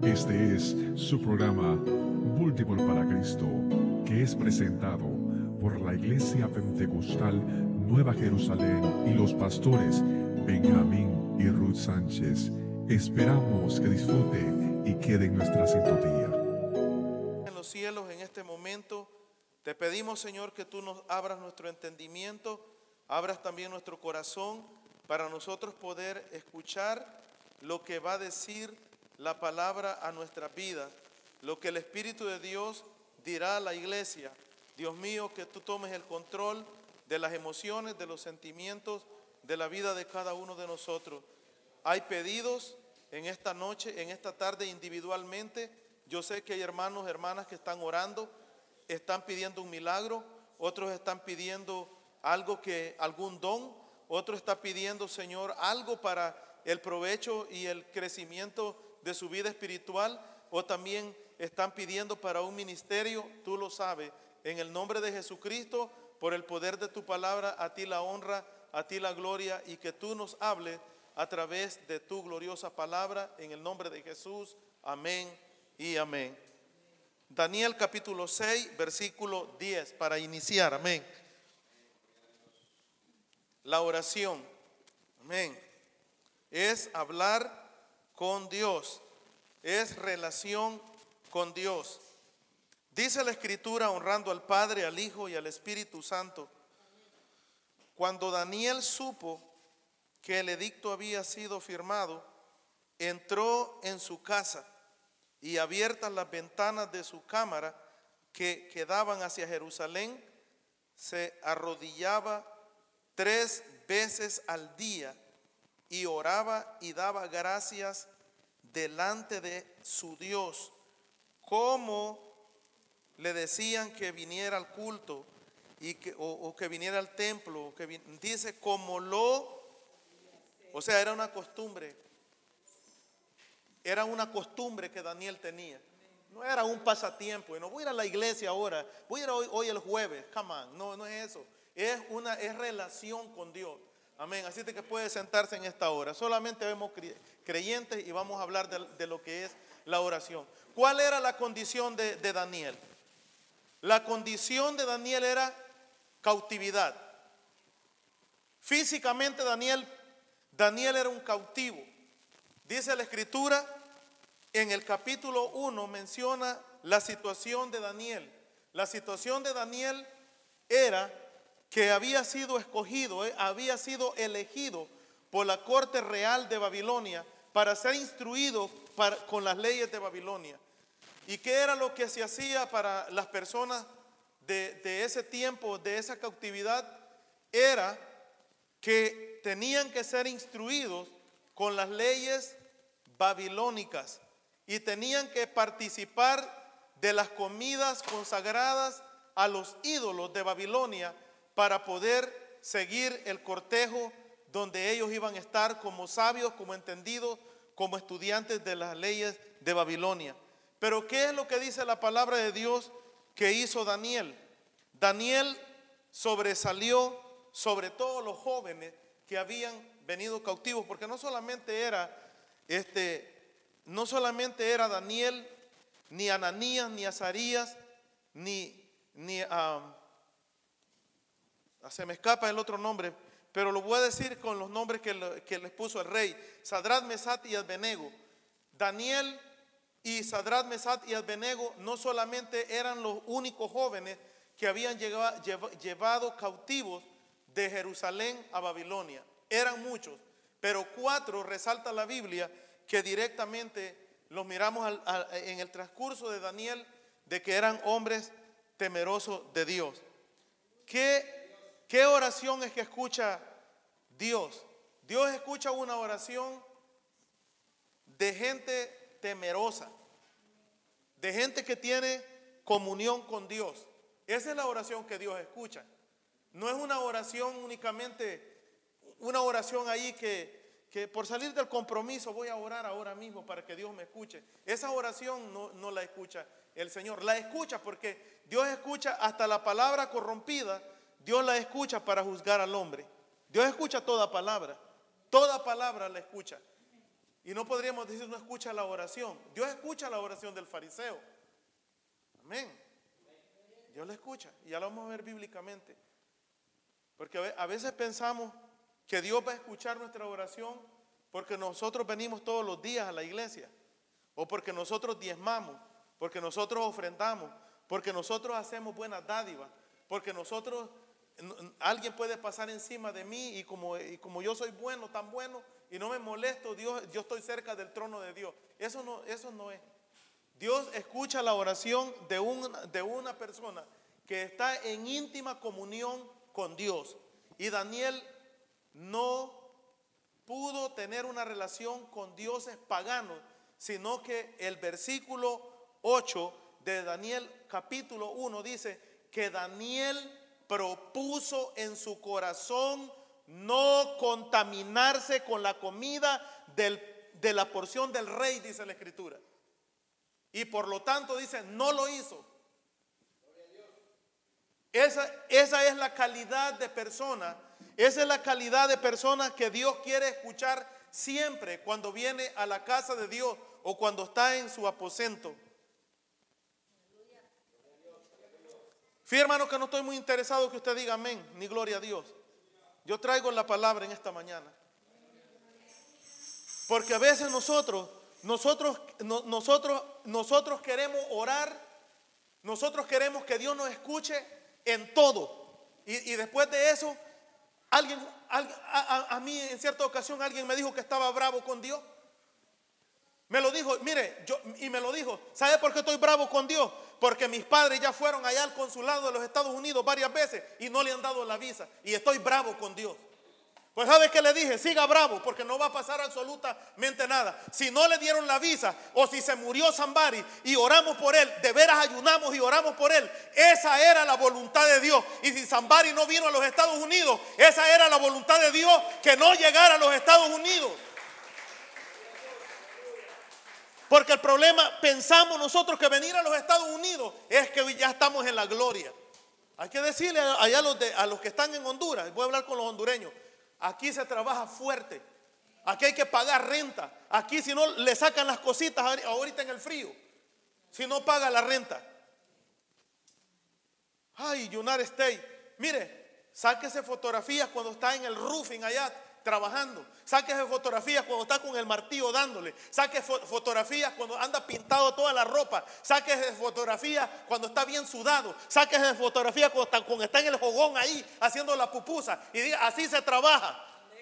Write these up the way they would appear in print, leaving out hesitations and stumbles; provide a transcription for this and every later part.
Este es su programa Múltiple para Cristo, que es presentado por la Iglesia Pentecostal Nueva Jerusalén y los pastores Benjamín y Ruth Sánchez. Esperamos que disfrute y quede en nuestra sintonía. En los cielos, en este momento, te pedimos, Señor, que tú nos abras nuestro entendimiento, abras también nuestro corazón para nosotros poder escuchar lo que va a decir la palabra a nuestras vidas, lo que el Espíritu de Dios dirá a la iglesia. Dios mío, que tú tomes el control de las emociones, de los sentimientos, de la vida de cada uno de nosotros. Hay pedidos en esta noche, en esta tarde individualmente. Yo sé que hay hermanos, hermanas que están orando, están pidiendo un milagro, otros están pidiendo algún don, otros están pidiendo, Señor, algo para el provecho y el crecimiento de su vida espiritual, o también están pidiendo para un ministerio. Tú lo sabes. En el nombre de Jesucristo, por el poder de tu palabra, a ti la honra, a ti la gloria, y que tú nos hables a través de tu gloriosa palabra, en el nombre de Jesús. Amén y amén. Daniel capítulo 6, versículo 10, para iniciar. Amén. La oración, amén, es hablar con Dios, es relación con Dios. Dice la Escritura, honrando al Padre, al Hijo y al Espíritu Santo. Cuando Daniel supo que el edicto había sido firmado, entró en su casa, y abiertas las ventanas de su cámara que quedaban hacia Jerusalén, se arrodillaba 3 veces al día y oraba y daba gracias delante de su Dios, como le decían que viniera al culto y que viniera al templo, dice o sea, era una costumbre que Daniel tenía. No era un pasatiempo, no voy a ir a la iglesia ahora, voy a ir hoy el jueves, come on, no es eso. Es relación con Dios. Amén. Así que puede sentarse en esta hora. Solamente vemos creyentes y vamos a hablar de lo que es la oración. ¿Cuál era la condición de Daniel? La condición de Daniel era cautividad. Físicamente Daniel era un cautivo. Dice la Escritura, en el capítulo 1 menciona la situación de Daniel. La situación de Daniel era que había sido escogido, había sido elegido por la corte real de Babilonia para ser instruido con las leyes de Babilonia. ¿Y qué era lo que se hacía para las personas de ese tiempo, de esa cautividad? Era que tenían que ser instruidos con las leyes babilónicas y tenían que participar de las comidas consagradas a los ídolos de Babilonia para poder seguir el cortejo donde ellos iban a estar como sabios, como entendidos, como estudiantes de las leyes de Babilonia. Pero ¿qué es lo que dice la palabra de Dios que hizo Daniel? Daniel sobresalió sobre todos los jóvenes que habían venido cautivos, porque no solamente era Daniel, ni Ananías, ni Azarías, se me escapa el otro nombre, pero lo voy a decir con los nombres que les puso el rey: Sadrach, Mesach y Abednego. Daniel y Sadrach, Mesach y Abednego no solamente eran los únicos jóvenes que habían llevado cautivos de Jerusalén a Babilonia, eran muchos, pero 4 resalta la Biblia que directamente los miramos en el transcurso de Daniel, de que eran hombres temerosos de Dios. ¿Qué oración es que escucha Dios? Dios escucha una oración de gente temerosa, de gente que tiene comunión con Dios. Esa es la oración que Dios escucha. No es una oración únicamente, una oración ahí que por salir del compromiso voy a orar ahora mismo para que Dios me escuche. Esa oración no la escucha el Señor. La escucha porque Dios escucha hasta la palabra corrompida. Dios la escucha para juzgar al hombre. Dios escucha toda palabra la escucha. Y no podríamos decir no escucha la oración. Dios escucha la oración del fariseo. Amén. Dios la escucha. Y ya lo vamos a ver bíblicamente. Porque a veces pensamos que Dios va a escuchar nuestra oración porque nosotros venimos todos los días a la iglesia. O porque nosotros diezmamos. Porque nosotros ofrendamos. Porque nosotros hacemos buenas dádivas. Porque nosotros, alguien puede pasar encima de mí y como yo soy bueno, tan bueno, y no me molesto, yo estoy cerca del trono de Dios. Eso no es. Dios escucha la oración de una persona que está en íntima comunión con Dios. Y Daniel no pudo tener una relación con dioses paganos, sino que el versículo 8 de Daniel capítulo 1 dice que Daniel propuso en su corazón no contaminarse con la comida de la porción del rey, dice la escritura. Y por lo tanto dice, no lo hizo. Esa es la calidad de persona. Esa es la calidad de persona que Dios quiere escuchar siempre cuando viene a la casa de Dios o cuando está en su aposento. Fíjate, hermano, que no estoy muy interesado que usted diga amén, ni gloria a Dios. Yo traigo la palabra en esta mañana. Porque a veces nosotros queremos orar, nosotros queremos que Dios nos escuche en todo. Y después de eso, a mí en cierta ocasión alguien me dijo que estaba bravo con Dios. Me lo dijo, mire, me lo dijo, ¿sabe por qué estoy bravo con Dios? Porque mis padres ya fueron allá al consulado de los Estados Unidos varias veces y no le han dado la visa. Y estoy bravo con Dios. Pues ¿sabe qué le dije? Siga bravo, porque no va a pasar absolutamente nada. Si no le dieron la visa o si se murió Zambari y oramos por él, de veras ayunamos y oramos por él, esa era la voluntad de Dios. Y si Zambari no vino a los Estados Unidos, esa era la voluntad de Dios, que no llegara a los Estados Unidos. Porque el problema, pensamos nosotros que venir a los Estados Unidos es que ya estamos en la gloria. Hay que decirle allá a los que están en Honduras, voy a hablar con los hondureños, aquí se trabaja fuerte, aquí hay que pagar renta, aquí si no le sacan las cositas ahorita en el frío, si no paga la renta. Ay, United States, mire, sáquese fotografías cuando está en el roofing allá trabajando, sáquese fotografías cuando está con el martillo dándole, sáquese fotografías cuando anda pintado toda la ropa, sáquese fotografías cuando está bien sudado, sáquese fotografías cuando está en el jogón ahí haciendo la pupusa y diga, así se trabaja.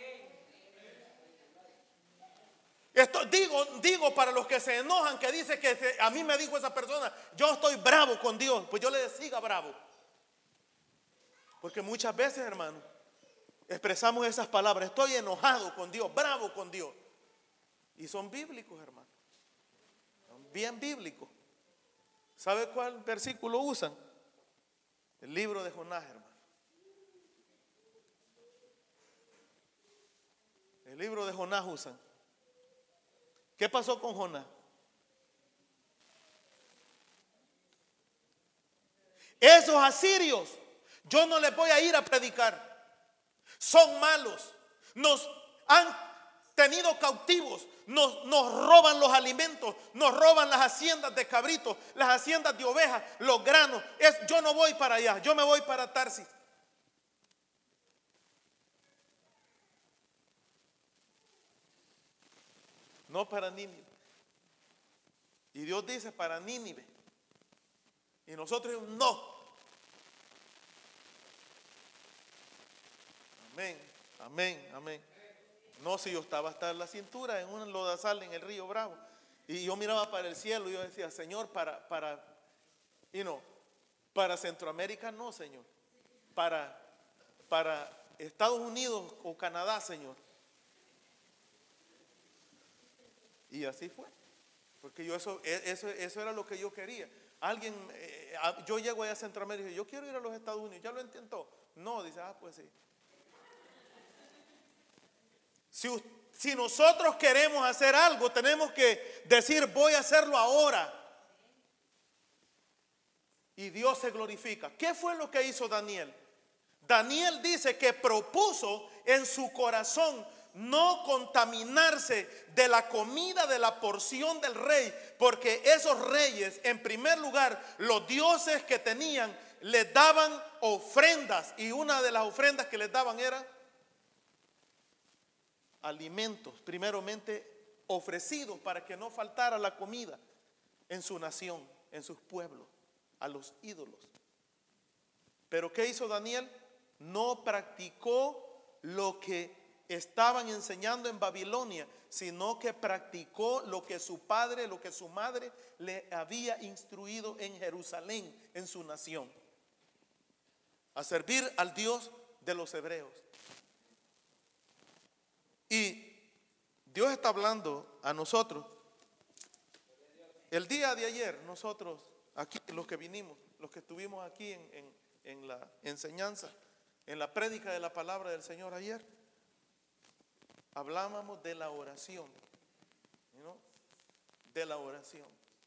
Esto digo para los que se enojan, que dice que a mí me dijo esa persona, yo estoy bravo con Dios, pues yo le siga bravo. Porque muchas veces, hermano, expresamos esas palabras, estoy enojado con Dios, bravo con Dios. Y son bíblicos, hermano. Son bien bíblicos. ¿Sabe cuál versículo usan? El libro de Jonás, hermano. El libro de Jonás usan. ¿Qué pasó con Jonás? Esos asirios, yo no les voy a ir a predicar. Son malos, nos han tenido cautivos, nos roban los alimentos, nos roban las haciendas de cabritos, las haciendas de ovejas, los granos. Yo no voy para allá, yo me voy para Tarsis. No para Nínive. Y Dios dice para Nínive. Y nosotros no. Amén, amén, amén. No, si yo estaba hasta la cintura en un lodazal en el río Bravo. Y yo miraba para el cielo y yo decía, Señor, para Centroamérica no, Señor. Para Estados Unidos o Canadá, Señor. Y así fue. Porque eso era lo que yo quería. Yo llego allá a Centroamérica y yo quiero ir a los Estados Unidos. ¿Ya lo intentó? No, dice, pues sí. Si nosotros queremos hacer algo, tenemos que decir, voy a hacerlo ahora. Y Dios se glorifica. ¿Qué fue lo que hizo Daniel? Daniel dice que propuso en su corazón no contaminarse de la comida, de la porción del rey, porque esos reyes, en primer lugar, los dioses que tenían, les daban ofrendas, y una de las ofrendas que les daban era alimentos, primeramente ofrecidos para que no faltara la comida en su nación, en sus pueblos, a los ídolos. Pero ¿qué hizo Daniel? No practicó lo que estaban enseñando en Babilonia, sino que practicó lo que su padre, lo que su madre le había instruido en Jerusalén, en su nación, a servir al Dios de los hebreos. Y Dios está hablando a nosotros. El día de ayer, nosotros aquí, los que vinimos, los que estuvimos aquí en la enseñanza, en la prédica de la palabra del Señor ayer, hablábamos de la oración, ¿no? De la oración.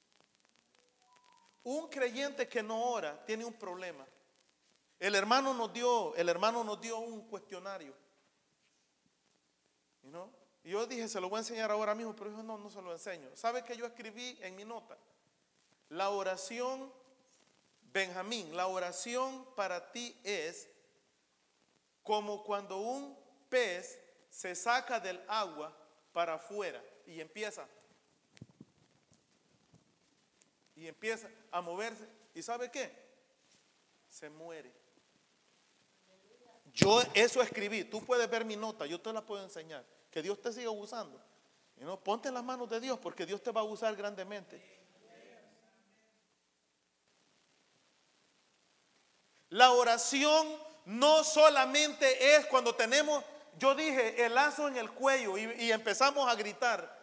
Un creyente que no ora tiene un problema. El hermano nos dio un cuestionario, ¿no? Y yo dije, se lo voy a enseñar ahora mismo, pero dijo, no se lo enseño. ¿Sabe qué yo escribí en mi nota? La oración, Benjamín, la oración para ti es como cuando un pez se saca del agua para afuera y empieza a moverse. ¿Y sabe qué? Se muere. Yo eso escribí. Tú puedes ver mi nota, yo te la puedo enseñar. Que Dios te siga usando. ¿No? Ponte en las manos de Dios, porque Dios te va a usar grandemente. La oración no solamente es cuando tenemos, yo dije, el lazo en el cuello y empezamos a gritar,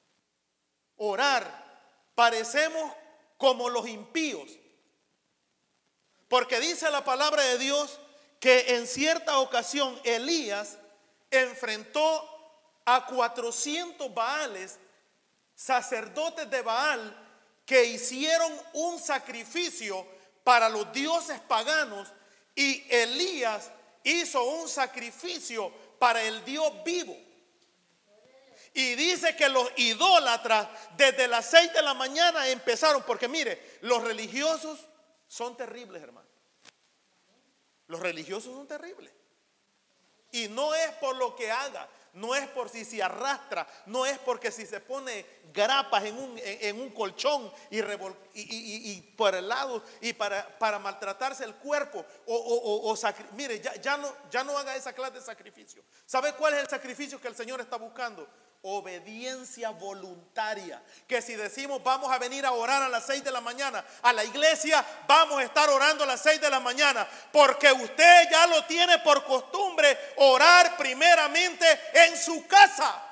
orar. Parecemos como los impíos, porque dice la palabra de Dios que en cierta ocasión Elías enfrentó a 400 Baales, sacerdotes de Baal, que hicieron un sacrificio para los dioses paganos, y Elías hizo un sacrificio para el Dios vivo. Y dice que los idólatras desde las 6 de la mañana empezaron, porque mire, los religiosos son terribles, hermano. Los religiosos son terribles. Y no es por lo que haga, no es por si se arrastra, no es porque si se pone grapas en un colchón y por el lado y para maltratarse el cuerpo mire, ya no haga esa clase de sacrificio. ¿Sabe cuál es el sacrificio que el Señor está buscando? Obediencia voluntaria. Que si decimos vamos a venir a orar a las 6 de la mañana a la iglesia, vamos a estar orando a las 6 de la mañana, porque usted ya lo tiene por costumbre orar primeramente en su casa.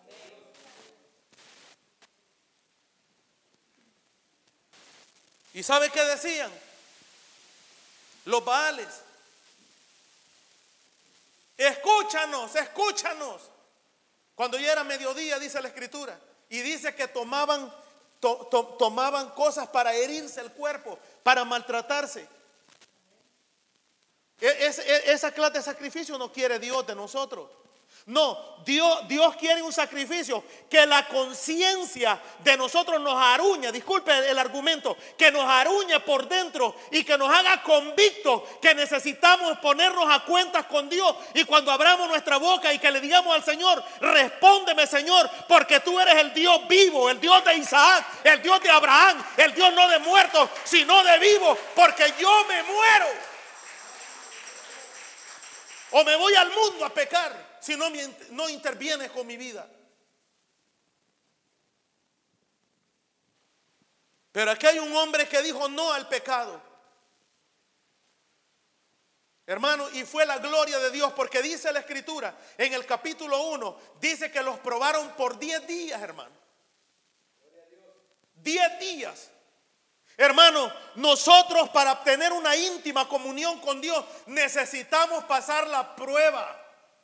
¿Y sabe qué decían los Baales? Escúchanos. Cuando ya era mediodía, dice la escritura, y dice que tomaban cosas para herirse el cuerpo, para maltratarse. Esa clase de sacrificio no quiere Dios de nosotros. No, Dios quiere un sacrificio que la conciencia de nosotros nos aruñe, disculpe el argumento, que nos aruñe por dentro y que nos haga convictos que necesitamos ponernos a cuentas con Dios. Y cuando abramos nuestra boca y que le digamos al Señor, respóndeme, Señor, porque tú eres el Dios vivo, el Dios de Isaac, el Dios de Abraham, el Dios no de muertos, sino de vivos, porque yo me muero. O me voy al mundo a pecar si no intervienes con mi vida. Pero aquí hay un hombre que dijo no al pecado, hermano, y fue la gloria de Dios, porque dice la escritura en el capítulo 1, dice que los probaron por 10 días, hermano. 10 días. Hermano, nosotros para obtener una íntima comunión con Dios necesitamos pasar la prueba.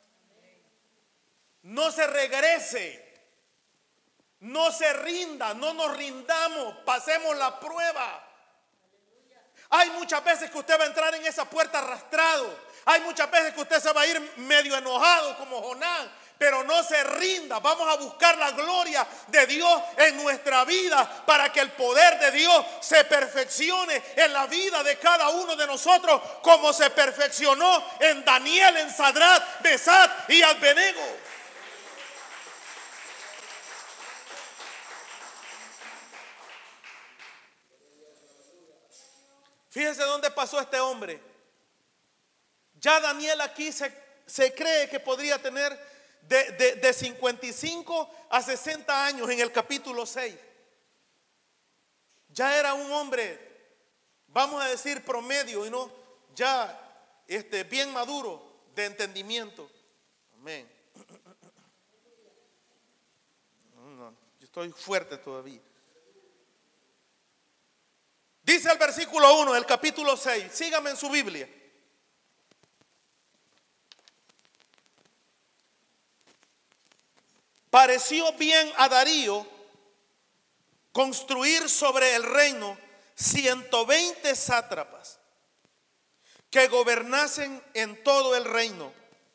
No se regrese, no se rinda, no nos rindamos, pasemos la prueba. Hay muchas veces que usted va a entrar en esa puerta arrastrado. Hay muchas veces que usted se va a ir medio enojado como Jonás, pero no se rinda. Vamos a buscar la gloria de Dios en nuestra vida para que el poder de Dios se perfeccione en la vida de cada uno de nosotros, como se perfeccionó en Daniel, en Sadrach, Mesach y Abednego. Fíjense dónde pasó este hombre. Ya Daniel aquí se cree que podría tener de 55 a 60 años en el capítulo 6. Ya era un hombre, vamos a decir promedio, y no ya bien maduro de entendimiento. Amén. No, yo estoy fuerte todavía. Dice el versículo 1 del capítulo 6, sígame en su Biblia. Pareció bien a Darío construir sobre el reino 120 sátrapas que gobernasen en todo el reino,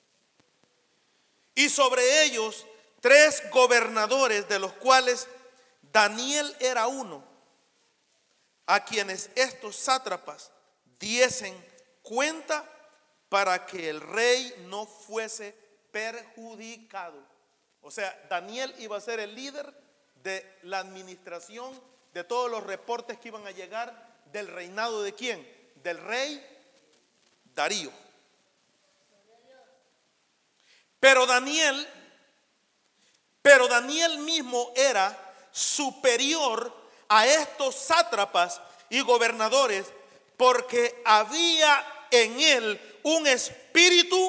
y sobre ellos 3 gobernadores, de los cuales Daniel era uno, a quienes estos sátrapas diesen cuenta para que el rey no fuese perjudicado. O sea, Daniel iba a ser el líder de la administración de todos los reportes que iban a llegar del reinado de ¿quién? Del rey Darío. Pero Daniel mismo era superior a estos sátrapas y gobernadores, porque había en él un espíritu.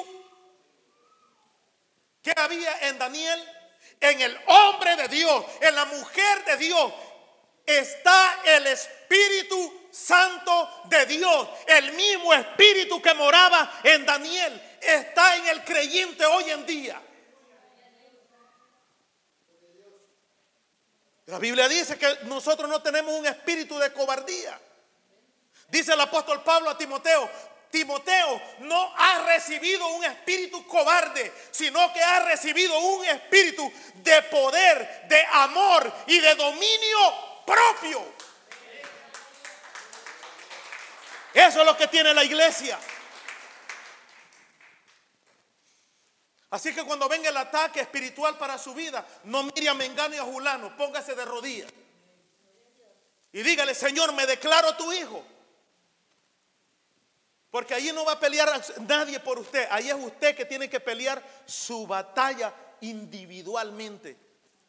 ¿Qué había en Daniel? En el hombre de Dios, en la mujer de Dios, está el Espíritu Santo de Dios. El mismo espíritu que moraba en Daniel está en el creyente hoy en día. La Biblia dice que nosotros no tenemos un espíritu de cobardía. Dice el apóstol Pablo a Timoteo: Timoteo, no has recibido un espíritu cobarde, sino que has recibido un espíritu de poder, de amor y de dominio propio. Eso es lo que tiene la iglesia. Así que cuando venga el ataque espiritual para su vida, no mire a Mengano y a Julano, póngase de rodillas y dígale: Señor, me declaro tu hijo. Porque allí no va a pelear nadie por usted. Ahí es usted que tiene que pelear su batalla individualmente.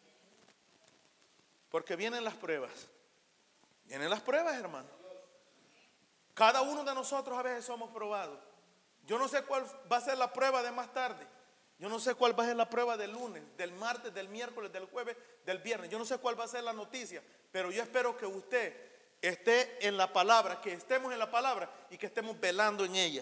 Porque vienen las pruebas. Vienen las pruebas, hermano. Cada uno de nosotros a veces somos probados. Yo no sé cuál va a ser la prueba de más tarde. Yo no sé cuál va a ser la prueba del lunes, del martes, del miércoles, del jueves, del viernes. Yo no sé cuál va a ser la noticia. Pero yo espero que usted esté en la palabra, que estemos en la palabra y que estemos velando en ella.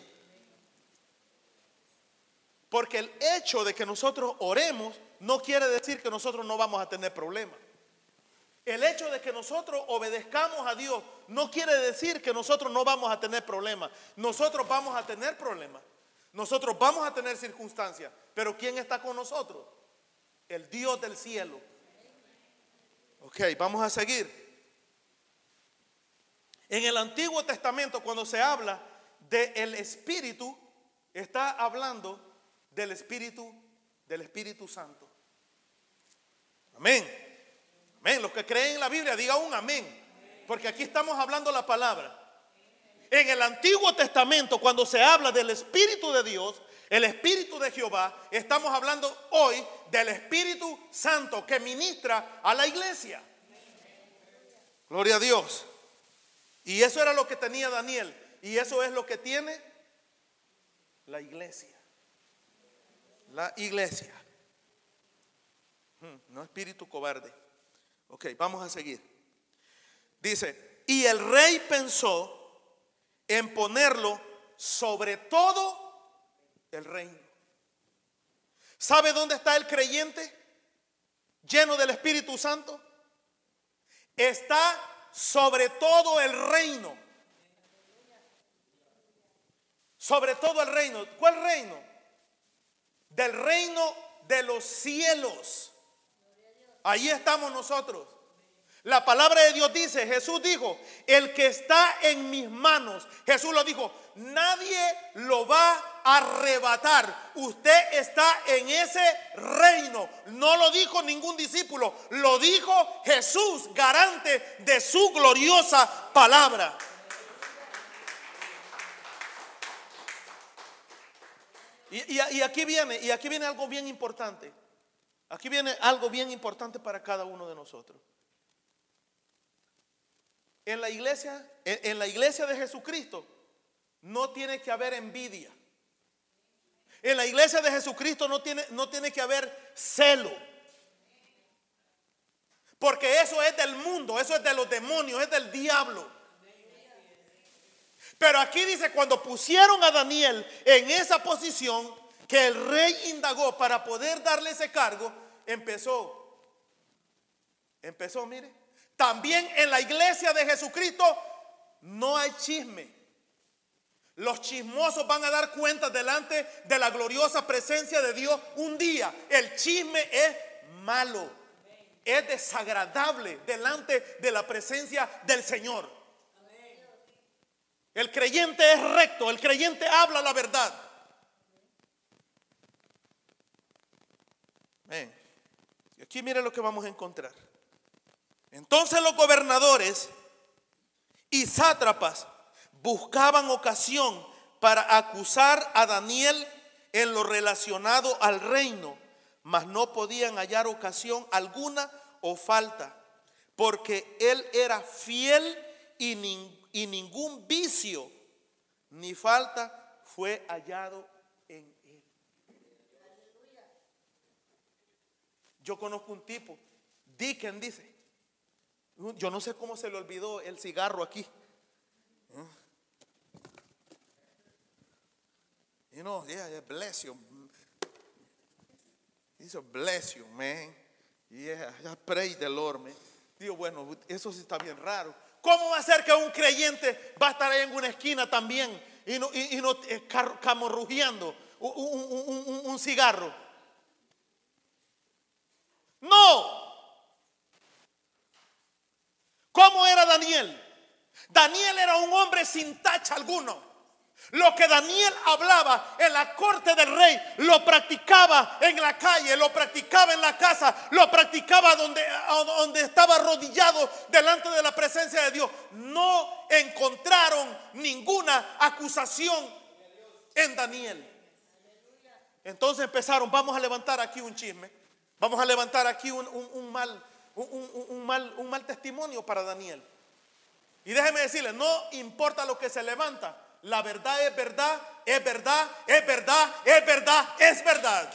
Porque el hecho de que nosotros oremos no quiere decir que nosotros no vamos a tener problemas. El hecho de que nosotros obedezcamos a Dios no quiere decir que nosotros no vamos a tener problemas. Nosotros vamos a tener problemas. Nosotros vamos a tener circunstancias. Pero ¿quién está con nosotros? El Dios del cielo. Ok, vamos a seguir. En el Antiguo Testamento, cuando se habla del Espíritu, está hablando del Espíritu Santo. Amén. Amén. Los que creen en la Biblia, diga un amén. Porque aquí estamos hablando la palabra. En el Antiguo Testamento, cuando se habla del Espíritu de Dios, el Espíritu de Jehová, estamos hablando hoy del Espíritu Santo que ministra a la iglesia. Gloria a Dios. Y eso era lo que tenía Daniel. Y eso es lo que tiene la iglesia. La iglesia. No espíritu cobarde. Ok, vamos a seguir. Dice: y el rey pensó en ponerlo sobre todo el reino. ¿Sabe dónde está el creyente lleno del Espíritu Santo? Está sobre todo el reino. Sobre todo el reino. ¿Cuál reino? Del reino de los cielos. Ahí estamos nosotros. La palabra de Dios dice, Jesús dijo, el que está en mis manos, Jesús lo dijo, nadie lo va a arrebatar. Usted está en ese reino. No lo dijo ningún discípulo, lo dijo Jesús, garante de su gloriosa palabra. Y aquí viene algo bien importante. Aquí viene algo bien importante para cada uno de nosotros. En la iglesia de Jesucristo no tiene que haber envidia. En la iglesia de Jesucristo no tiene que haber celo. Porque eso es del mundo, eso es de los demonios, es del diablo. Pero aquí dice, cuando pusieron a Daniel en esa posición, que el rey indagó para poder darle ese cargo, empezó, mire. También en la iglesia de Jesucristo no hay chisme. Los chismosos van a dar cuenta delante de la gloriosa presencia de Dios un día. El chisme es malo, es desagradable delante de la presencia del Señor. El creyente es recto, el creyente habla la verdad. Y aquí mire lo que vamos a encontrar. Entonces los gobernadores y sátrapas buscaban ocasión para acusar a Daniel en lo relacionado al reino, mas no podían hallar ocasión alguna o falta, porque él era fiel y ningún vicio ni falta fue hallado en él. Yo conozco un tipo, Dickens dice, yo no sé cómo se le olvidó el cigarro aquí. You know, yeah, bless you. He said, bless you, man. Yeah, I praise the Lord, man. Digo, bueno, eso sí está bien raro. ¿Cómo va a ser que un creyente va a estar ahí en una esquina también y no camorrujeando un cigarro? No. ¿Cómo era Daniel? Daniel era un hombre sin tacha alguno. Lo que Daniel hablaba en la corte del rey, lo practicaba en la calle, lo practicaba en la casa, lo practicaba donde estaba arrodillado delante de la presencia de Dios. No encontraron ninguna acusación en Daniel. Entonces empezaron, vamos a levantar aquí un chisme, vamos a levantar aquí un mal testimonio para Daniel. Y déjeme decirle, no importa lo que se levanta, la verdad es verdad, es verdad, es verdad, es verdad, es verdad.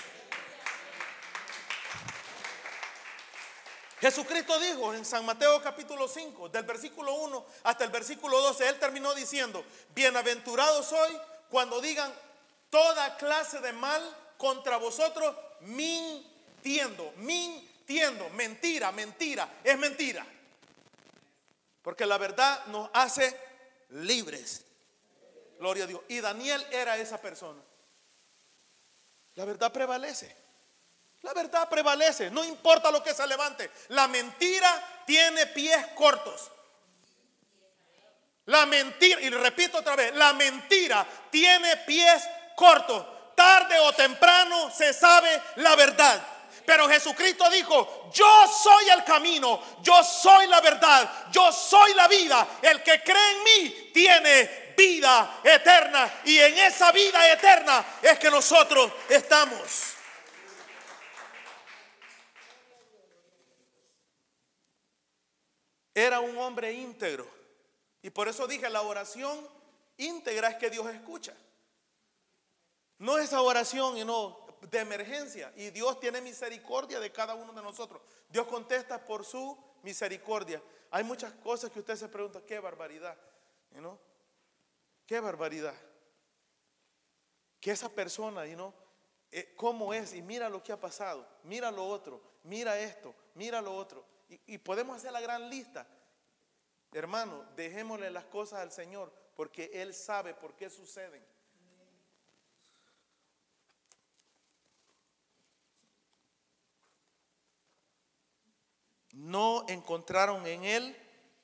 Jesucristo dijo en San Mateo capítulo 5, del versículo 1 hasta el versículo 12, él terminó diciendo, bienaventurado soy cuando digan toda clase de mal contra vosotros, mintiendo, mentira, es mentira. Porque la verdad nos hace libres. Gloria a Dios. Y Daniel era esa persona. La verdad prevalece. La verdad prevalece. No importa lo que se levante. La mentira tiene pies cortos. La mentira, y le repito otra vez, la mentira tiene pies cortos. Tarde o temprano se sabe la verdad. Pero Jesucristo dijo, yo soy el camino, yo soy la verdad, yo soy la vida. El que cree en mí tiene vida eterna. Y en esa vida eterna es que nosotros estamos. Era un hombre íntegro. Y por eso dije, la oración íntegra es que Dios escucha. No esa oración de emergencia. Y Dios tiene misericordia de cada uno de nosotros. Dios contesta por su misericordia. Hay muchas cosas que usted se pregunta, qué barbaridad, qué barbaridad. Que esa persona, cómo es, y mira lo que ha pasado, mira lo otro, mira esto, mira lo otro. Y podemos hacer la gran lista. Hermano, dejémosle las cosas al Señor, porque Él sabe por qué suceden. no encontraron en él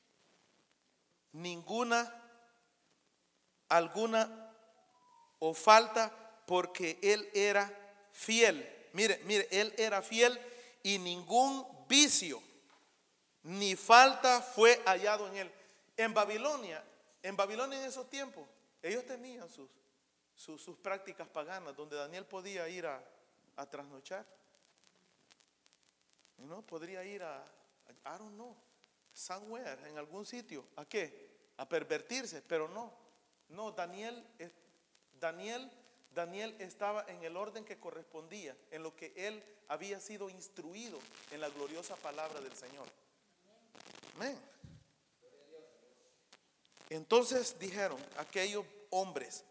alguna o falta, porque él era fiel. Mire, él era fiel y ningún vicio ni falta fue hallado en él. En Babilonia en esos tiempos, ellos tenían sus prácticas paganas, donde Daniel podía ir a trasnochar. ¿No? Podría ir I don't know, somewhere, en algún sitio. ¿A qué? A pervertirse, pero no, Daniel estaba en el orden que correspondía, en lo que él había sido instruido en la gloriosa palabra del Señor. Amén. Entonces dijeron aquellos hombres: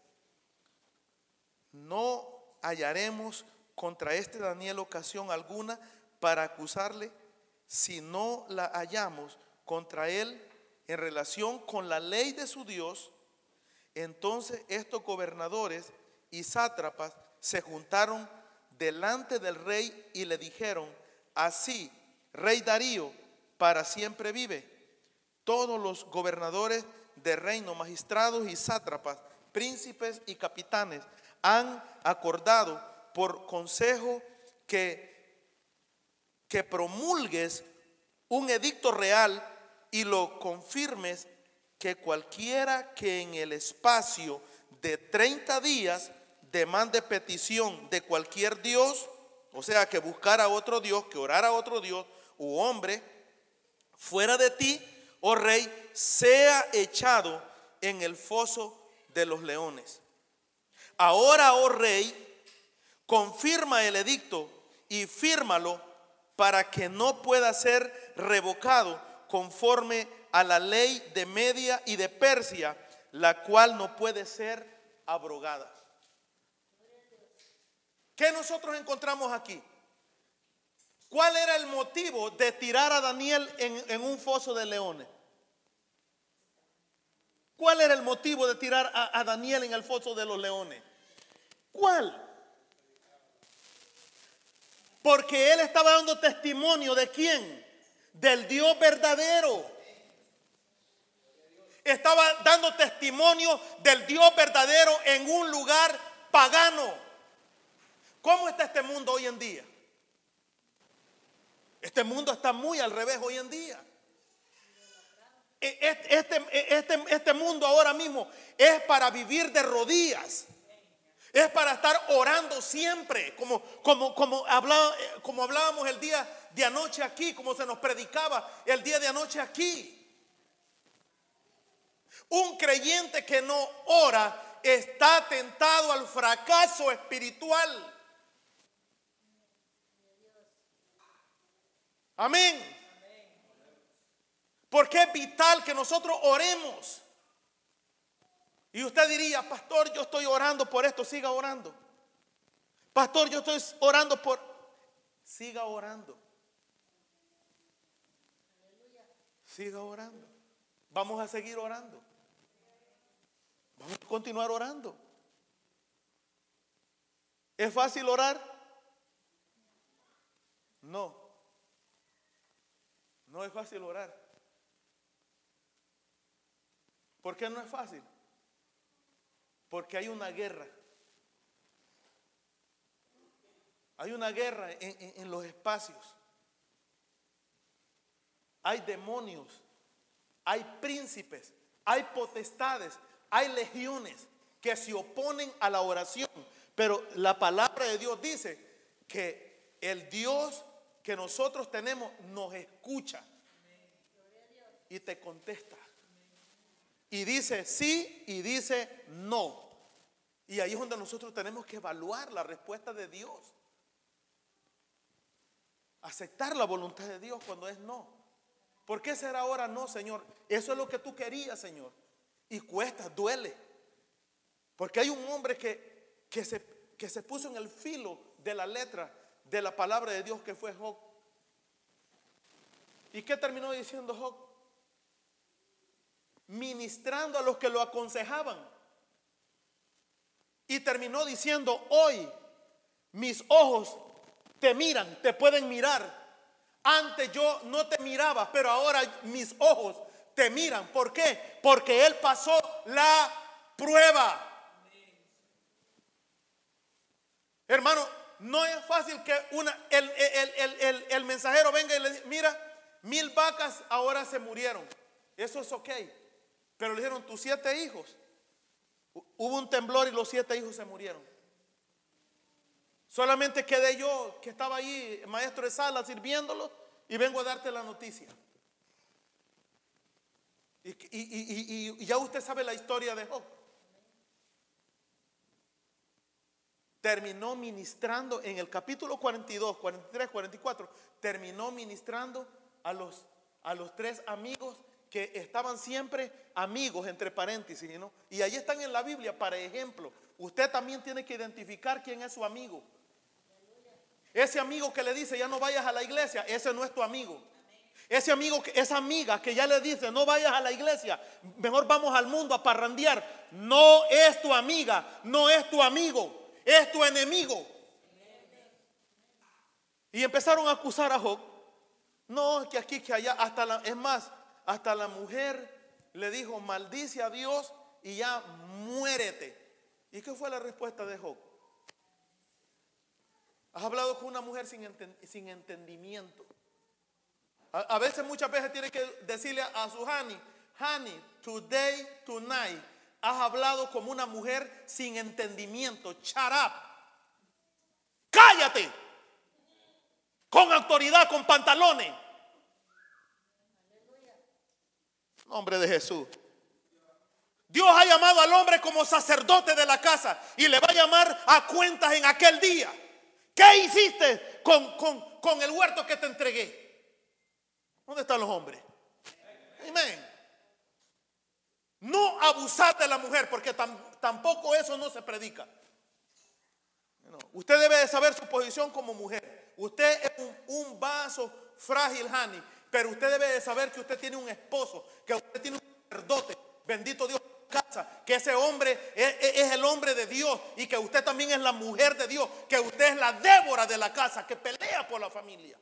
no hallaremos contra este Daniel ocasión alguna para acusarle, si no la hallamos contra él en relación con la ley de su Dios. Entonces estos gobernadores y sátrapas se juntaron delante del rey y le dijeron: así, rey Darío, para siempre vive. Todos los gobernadores de reino, magistrados y sátrapas, príncipes y capitanes han acordado por consejo que promulgues un edicto real y lo confirmes, que cualquiera que en el espacio de 30 días demande petición de cualquier Dios, o sea, que buscara a otro Dios, que orara a otro Dios u hombre, fuera de ti, oh rey, sea echado en el foso de los leones. Ahora, oh rey, confirma el edicto y fírmalo, para que no pueda ser revocado conforme a la ley de Media y de Persia, la cual no puede ser abrogada. ¿Qué nosotros encontramos aquí? ¿Cuál era el motivo de tirar a Daniel en un foso de leones? ¿Cuál era el motivo de tirar a Daniel en el foso de los leones? ¿Cuál? Porque él estaba dando testimonio ¿de quién? Del Dios verdadero. Estaba dando testimonio del Dios verdadero en un lugar pagano. ¿Cómo está este mundo hoy en día? Este mundo está muy al revés hoy en día. Este mundo ahora mismo es para vivir de rodillas. Es para estar orando siempre, como hablábamos el día de anoche aquí, como se nos predicaba el día de anoche aquí. Un creyente que no ora está tentado al fracaso espiritual. Amén. Porque es vital que nosotros oremos. Y usted diría: pastor, yo estoy orando por esto. Siga orando. Pastor, yo estoy orando por... Siga orando. Siga orando. Vamos a seguir orando. Vamos a continuar orando. ¿Es fácil orar? No. No es fácil orar. ¿Por qué no es fácil? Porque hay una guerra. Hay una guerra en los espacios. Hay demonios, hay príncipes, hay potestades, hay legiones que se oponen a la oración. Pero la palabra de Dios dice que el Dios que nosotros tenemos nos escucha y te contesta. Y dice sí y dice no. Y ahí es donde nosotros tenemos que evaluar la respuesta de Dios. Aceptar la voluntad de Dios cuando es no. ¿Por qué será ahora no, Señor? Eso es lo que tú querías, Señor. Y cuesta, duele. Porque hay un hombre que se puso en el filo de la letra de la palabra de Dios, que fue Job. ¿Y qué terminó diciendo Job? Ministrando a los que lo aconsejaban. Y terminó diciendo: hoy mis ojos te miran, te pueden mirar. Antes yo no te miraba, pero ahora mis ojos te miran. ¿Por qué? Porque él pasó la prueba. Hermano, no es fácil que el mensajero venga y le diga: mira, 1000 vacas ahora se murieron. Eso es ok. Pero le dijeron: tus 7 hijos. Hubo un temblor y los 7 hijos se murieron. Solamente quedé yo, que estaba ahí, maestro de sala, sirviéndolo, y vengo a darte la noticia. Y ya usted sabe la historia de Job. Terminó ministrando en el capítulo 42, 43, 44. Terminó ministrando a los 3 amigos que estaban siempre amigos, entre paréntesis, ¿no? Y ahí están en la Biblia para ejemplo. Usted también tiene que identificar quién es su amigo. Ese amigo que le dice: ya no vayas a la iglesia, ese no es tu amigo. Ese amigo, esa amiga que ya le dice: no vayas a la iglesia, mejor vamos al mundo a parrandear, no es tu amiga, no es tu amigo, es tu enemigo. Y empezaron a acusar a Job. No, que aquí, que allá, es más, hasta la mujer le dijo: maldice a Dios y ya muérete. ¿Y qué fue la respuesta de Job? Has hablado con una mujer sin entendimiento. A veces, muchas veces tiene que decirle a su honey, today, tonight. Has hablado como una mujer sin entendimiento. Shut up. Cállate. Con autoridad, con pantalones. Nombre de Jesús. Dios ha llamado al hombre como sacerdote de la casa y le va a llamar a cuentas en aquel día. ¿Qué hiciste con el huerto que te entregué? ¿Dónde están los hombres? Amén. No abusar de la mujer, porque tampoco eso no se predica. No. Usted debe de saber su posición como mujer. Usted es un vaso frágil, honey, pero usted debe de saber que usted tiene un esposo, que usted tiene un sacerdote, bendito Dios, casa, que ese hombre es el hombre de Dios y que usted también es la mujer de Dios, que usted es la Débora de la casa, que pelea por la familia.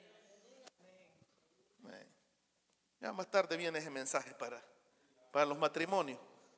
Ya más tarde viene ese mensaje para los matrimonios.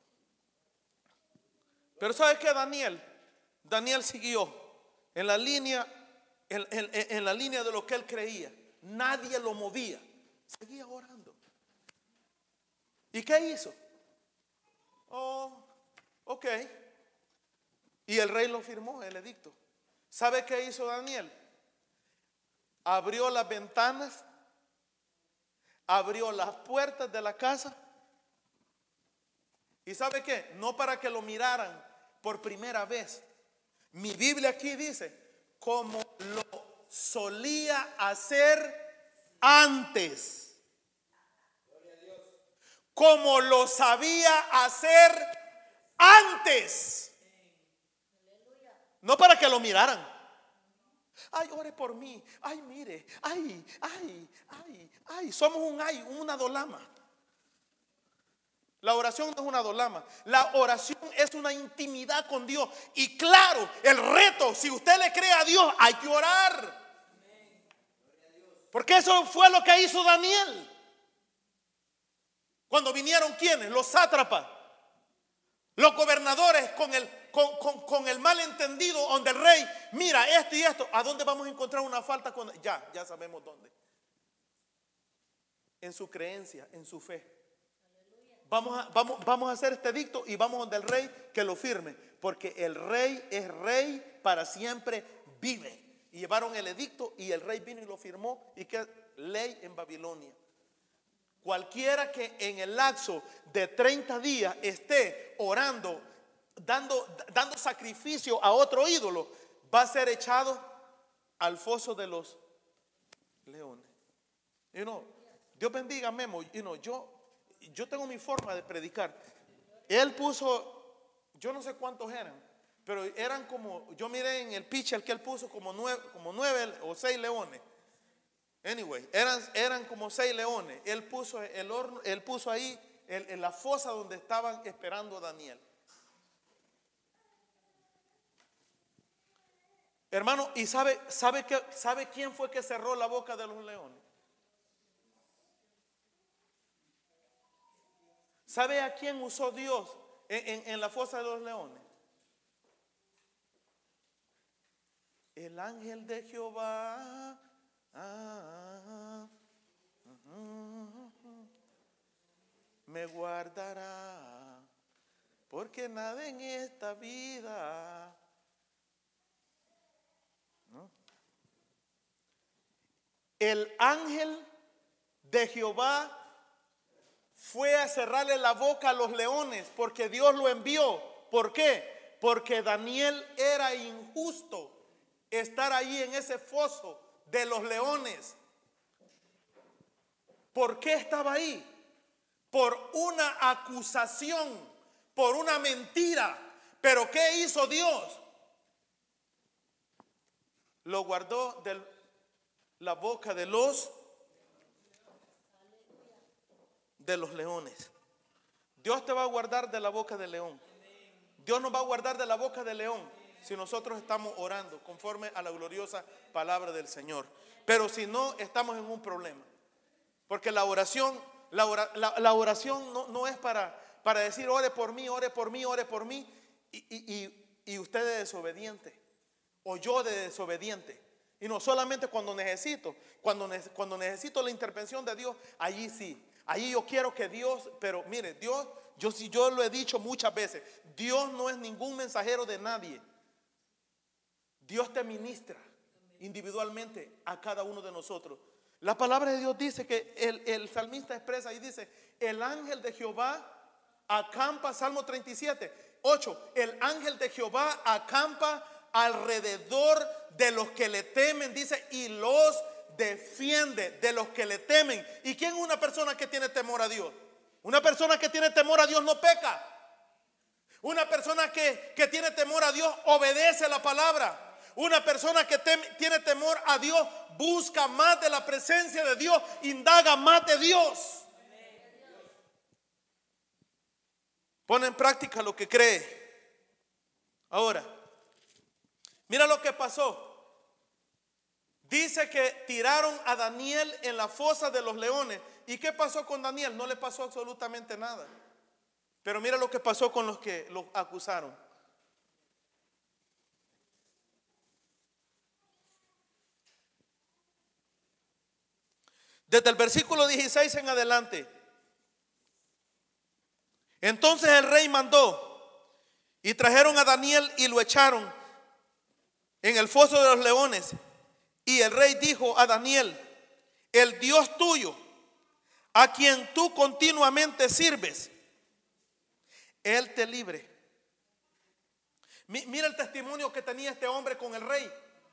Pero ¿sabe qué? Daniel siguió en la línea de lo que él creía. Nadie lo movía. Seguía orando. ¿Y qué hizo? Oh, ok. Y el rey lo firmó, el edicto. ¿Sabe qué hizo Daniel? Abrió las ventanas, abrió las puertas de la casa. ¿Y sabe qué? No para que lo miraran por primera vez. Mi Biblia aquí dice: como lo solía hacer antes. Como lo sabía hacer antes. No para que lo miraran. Ay, ore por mí. Ay, mire. Ay. Somos una dolama. La oración no es una dolama. La oración es una intimidad con Dios. Y claro, el reto, si usted le cree a Dios, hay que orar. Porque eso fue lo que hizo Daniel. Cuando vinieron, ¿quiénes? Los sátrapas, los gobernadores con el malentendido, donde el rey, mira esto y esto. ¿A dónde vamos a encontrar una falta? Ya sabemos dónde. En su creencia, en su fe. Vamos a hacer este edicto y vamos donde el rey que lo firme, porque el rey es rey para siempre, vive. Y llevaron el edicto y el rey vino y lo firmó. ¿Y qué ley en Babilonia? Cualquiera que en el lapso de 30 días esté orando, dando sacrificio a otro ídolo, va a ser echado al foso de los leones. Dios bendiga a Memo. Yo tengo mi forma de predicar. Él puso, yo no sé cuántos eran, pero eran como, yo miré en el pitcher que él puso como 9 o 6 leones. Anyway, eran como 6 leones. Él puso el horno, él puso ahí en la fosa donde estaban esperando a Daniel. Hermano, ¿y sabe quién fue que cerró la boca de los leones? ¿Sabe a quién usó Dios en la fosa de los leones? El ángel de Jehová me guardará, porque nada en esta vida, ¿no? El ángel de Jehová fue a cerrarle la boca a los leones porque Dios lo envió. ¿Por qué? Porque Daniel era injusto estar ahí en ese foso de los leones. ¿Por qué estaba ahí? Por una acusación, por una mentira. ¿Pero qué hizo Dios? Lo guardó de la boca de los leones. Dios te va a guardar de la boca del león. Dios nos va a guardar de la boca del león si nosotros estamos orando conforme a la gloriosa palabra del Señor. Pero si no, estamos en un problema. Porque la oración no es para decir ore por mí, ore por mí, ore por mí, y usted es desobediente, o yo de desobediente. Y no solamente cuando necesito la intervención de Dios, allí sí. Allí yo quiero que Dios, pero mire, Dios, yo lo he dicho muchas veces, Dios no es ningún mensajero de nadie. Dios te ministra individualmente a cada uno de nosotros. La palabra de Dios dice que el salmista expresa y dice: el ángel de Jehová acampa, Salmo 37:8, el ángel de Jehová acampa alrededor de los que le temen, dice, y los defiende de los que le temen. ¿Y quién es una persona que tiene temor a Dios? Una persona que tiene temor a Dios no peca. Una persona que tiene temor a Dios obedece la palabra. Una persona que tiene temor a Dios busca más de la presencia de Dios, indaga más de Dios. Pone en práctica lo que cree. Ahora, mira lo que pasó. Dice que tiraron a Daniel en la fosa de los leones. ¿Y qué pasó con Daniel? No le pasó absolutamente nada. Pero mira lo que pasó con los que lo acusaron. Desde el versículo 16 en adelante. Entonces el rey mandó y trajeron a Daniel y lo echaron en el foso de los leones. Y el rey dijo a Daniel: el Dios tuyo, a quien tú continuamente sirves, Él te libre. Mira el testimonio que tenía este hombre con el rey.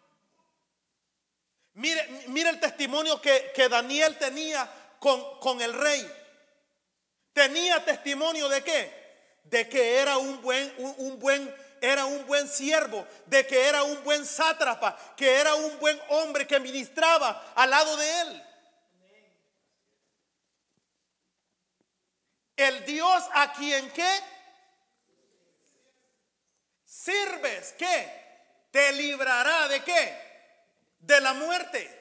Mira el testimonio que Daniel tenía con el rey. Tenía testimonio de qué? De que era un buen siervo, de que era un buen sátrapa, que era un buen hombre que ministraba al lado de él. El Dios a quien ¿qué? Sirves, ¿qué? Te librará de ¿qué? De la muerte.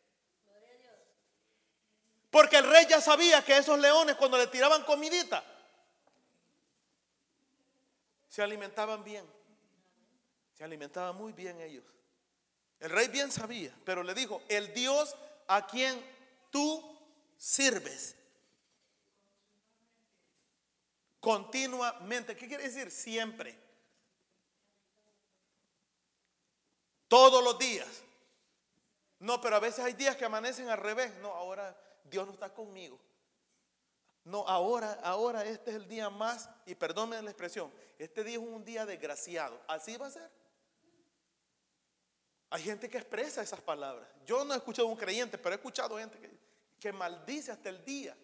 Porque el rey ya sabía que esos leones, cuando le tiraban comidita, se alimentaban bien. Se alimentaban muy bien ellos. El rey bien sabía, pero le dijo: el Dios a quien tú sirves. Continuamente. ¿Qué quiere decir? Siempre. Todos los días. No, pero a veces hay días que amanecen al revés. No, ahora Dios no está conmigo. No, ahora este es el día más, y perdónenme la expresión, este día es un día desgraciado. Así va a ser. Hay gente que expresa esas palabras. Yo no he escuchado a un creyente, pero he escuchado gente que maldice hasta el día.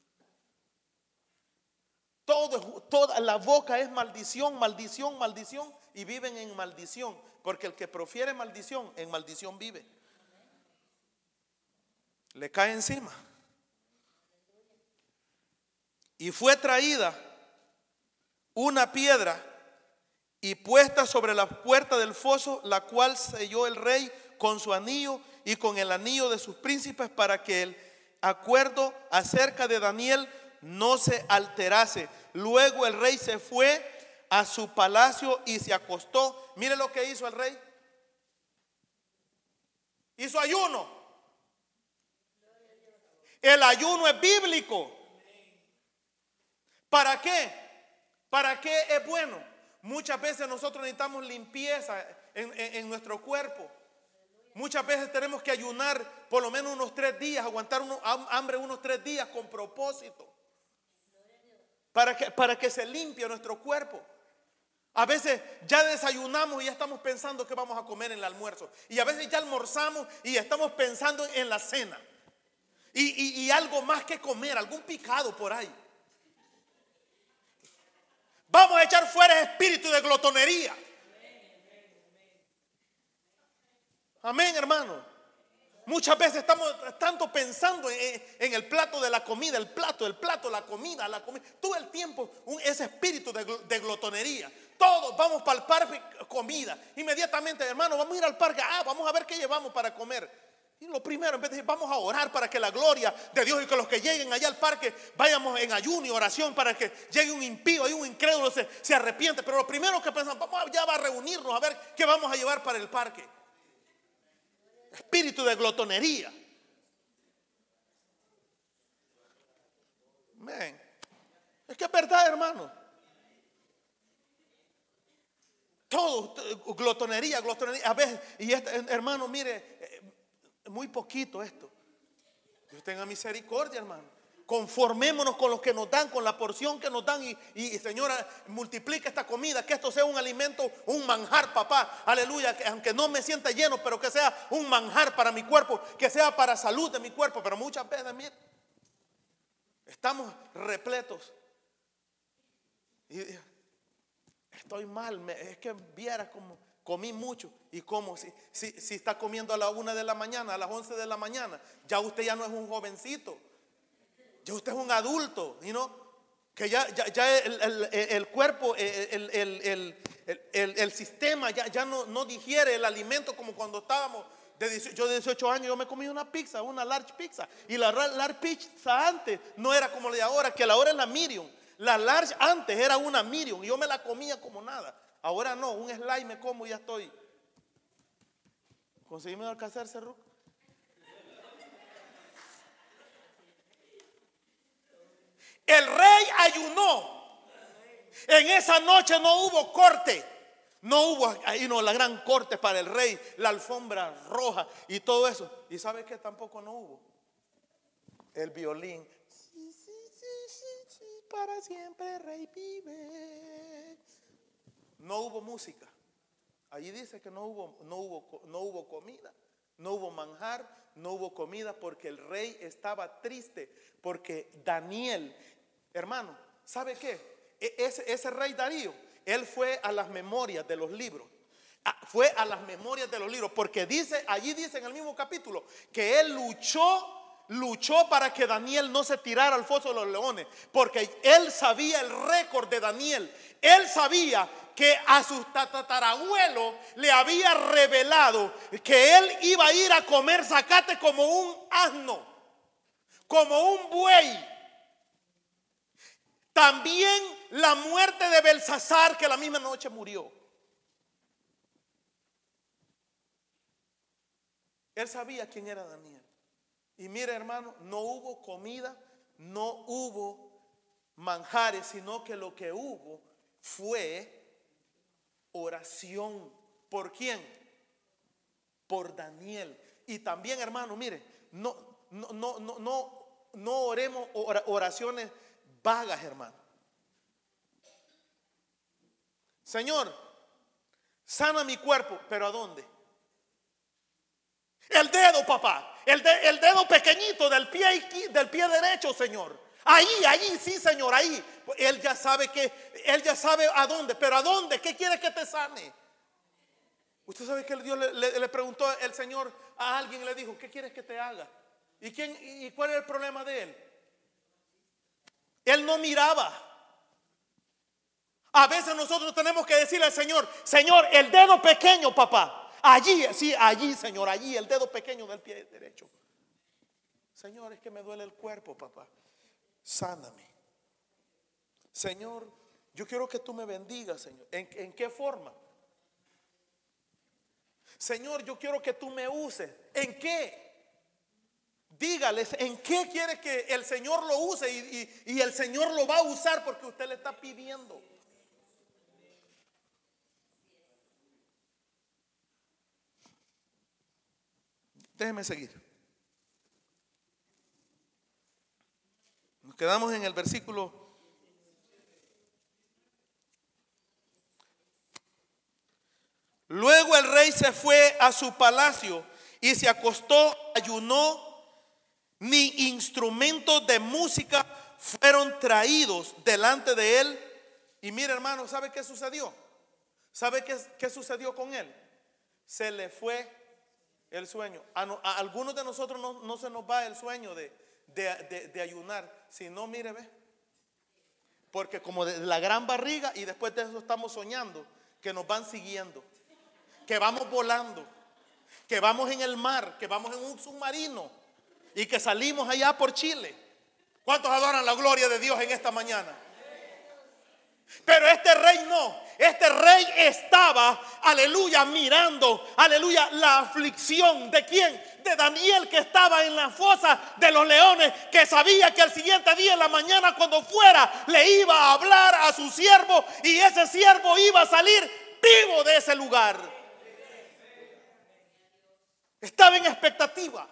Toda la boca es maldición, maldición, maldición, y viven en maldición, porque el que profiere maldición, en maldición vive. Le cae encima. Y fue traída una piedra y puesta sobre la puerta del foso, la cual selló el rey con su anillo y con el anillo de sus príncipes, para que el acuerdo acerca de Daniel no se alterase. Luego el rey se fue a su palacio y se acostó. Mire lo que hizo el rey. Hizo ayuno. El ayuno es bíblico. ¿Para qué? ¿Para qué es bueno? Muchas veces nosotros necesitamos limpieza en nuestro cuerpo. Muchas veces tenemos que ayunar por lo menos unos 3 días, aguantar hambre unos 3 días con propósito. Para que se limpie nuestro cuerpo. A veces ya desayunamos y ya estamos pensando que vamos a comer en el almuerzo. Y a veces ya almorzamos y estamos pensando en la cena. Y algo más que comer, algún picado por ahí. Vamos a echar fuera el espíritu de glotonería. Amén, hermano. Muchas veces estamos tanto pensando en el plato de la comida, el plato, la comida. Todo el tiempo ese espíritu de glotonería. Todos vamos para el parque, comida. Inmediatamente, hermano, vamos a ir al parque. Vamos a ver qué llevamos para comer. Y lo primero, en vez de decir, vamos a orar para que la gloria de Dios y que los que lleguen allá al parque vayamos en ayuno y oración para que llegue un impío y un incrédulo se arrepiente. Pero lo primero que pensamos, vamos allá a reunirnos a ver qué vamos a llevar para el parque. Espíritu de glotonería. Man. Es que es verdad, hermano. Todo, glotonería. A veces, y hermano, mire, muy poquito esto. Dios tenga misericordia, hermano. Conformémonos con lo que nos dan, con la porción que nos dan. Y Señora, multiplica esta comida, que esto sea un alimento, un manjar, papá. Aleluya, que aunque no me sienta lleno, pero que sea un manjar para mi cuerpo, que sea para salud de mi cuerpo. Pero muchas veces, mire, estamos repletos. Y estoy mal, es que viera como comí mucho. Y como si está comiendo a la 1 de la mañana, a las 11 de la mañana, ya usted ya no es un jovencito. Ya usted es un adulto, que ya el cuerpo, el sistema ya no digiere el alimento como cuando estábamos. Yo de 18 años yo me comí una pizza, una large pizza. Y la large pizza antes no era como la de ahora, que la ahora es la medium. La large antes era una medium y yo me la comía como nada. Ahora no, un slide me como y ya estoy. ¿Conseguimos alcanzarse, Ruc? El rey ayunó. En esa noche no hubo corte. No hubo la gran corte para el rey, la alfombra roja y todo eso. ¿Y sabe qué tampoco no hubo? El violín. Sí, para siempre el rey vive. No hubo música. Allí dice que no hubo comida, no hubo manjar, no hubo comida porque el rey estaba triste. Porque Daniel, hermano, ¿sabe qué? Ese rey Darío, él fue a las memorias de los libros. Fue a las memorias de los libros. Porque allí dice en el mismo capítulo que él luchó para que Daniel no se tirara al foso de los leones. Porque él sabía el récord de Daniel. Él sabía que a su tatarabuelo le había revelado que él iba a ir a comer zacate como un asno, como un buey. También la muerte de Belsasar, que la misma noche murió. Él sabía quién era Daniel. Y mire, hermano, no hubo comida, no hubo manjares, sino que lo que hubo fue oración. ¿Por quién? Por Daniel. Y también, hermano, mire, no oremos oraciones vagas, hermano. Señor, sana mi cuerpo, pero ¿a dónde? El dedo, papá. El dedo pequeñito del pie derecho, Señor. Allí, sí, Señor, ahí. Él ya sabe a dónde, pero ¿a dónde? ¿Qué quiere que te sane? Usted sabe que Dios le preguntó el Señor a alguien y le dijo, ¿qué quieres que te haga? ¿Y cuál es el problema de él? Él no miraba. A veces nosotros tenemos que decirle al Señor, Señor, el dedo pequeño, papá. Allí, sí, allí, Señor, allí, el dedo pequeño del pie derecho. Señor, es que me duele el cuerpo, papá. sáname. Señor, yo quiero que tú me bendigas, Señor. ¿En qué forma? Señor, yo quiero que tú me uses. ¿En qué? Dígales en qué quiere que el Señor lo use y el Señor lo va a usar porque usted le está pidiendo. Déjeme seguir. Nos quedamos en el versículo. Luego el rey se fue a su palacio y se acostó, ayunó, ni instrumentos de música fueron traídos delante de él. Y mire, hermano, ¿sabe qué sucedió? ¿Sabe qué sucedió con él? Se le fue el sueño. A algunos de nosotros no se nos va el sueño de ayunar. Si no, mire, ve. Porque como de la gran barriga, y después de eso estamos soñando que nos van siguiendo, que vamos volando, que vamos en el mar, que vamos en un submarino y que salimos allá por Chile. ¿Cuántos adoran la gloria de Dios en esta mañana? Pero este rey no. Este rey estaba, aleluya, mirando, aleluya, la aflicción de quién, de Daniel, que estaba en la fosa de los leones, que sabía que el siguiente día en la mañana cuando fuera le iba a hablar a su siervo y ese siervo iba a salir vivo de ese lugar. Estaba en expectativa.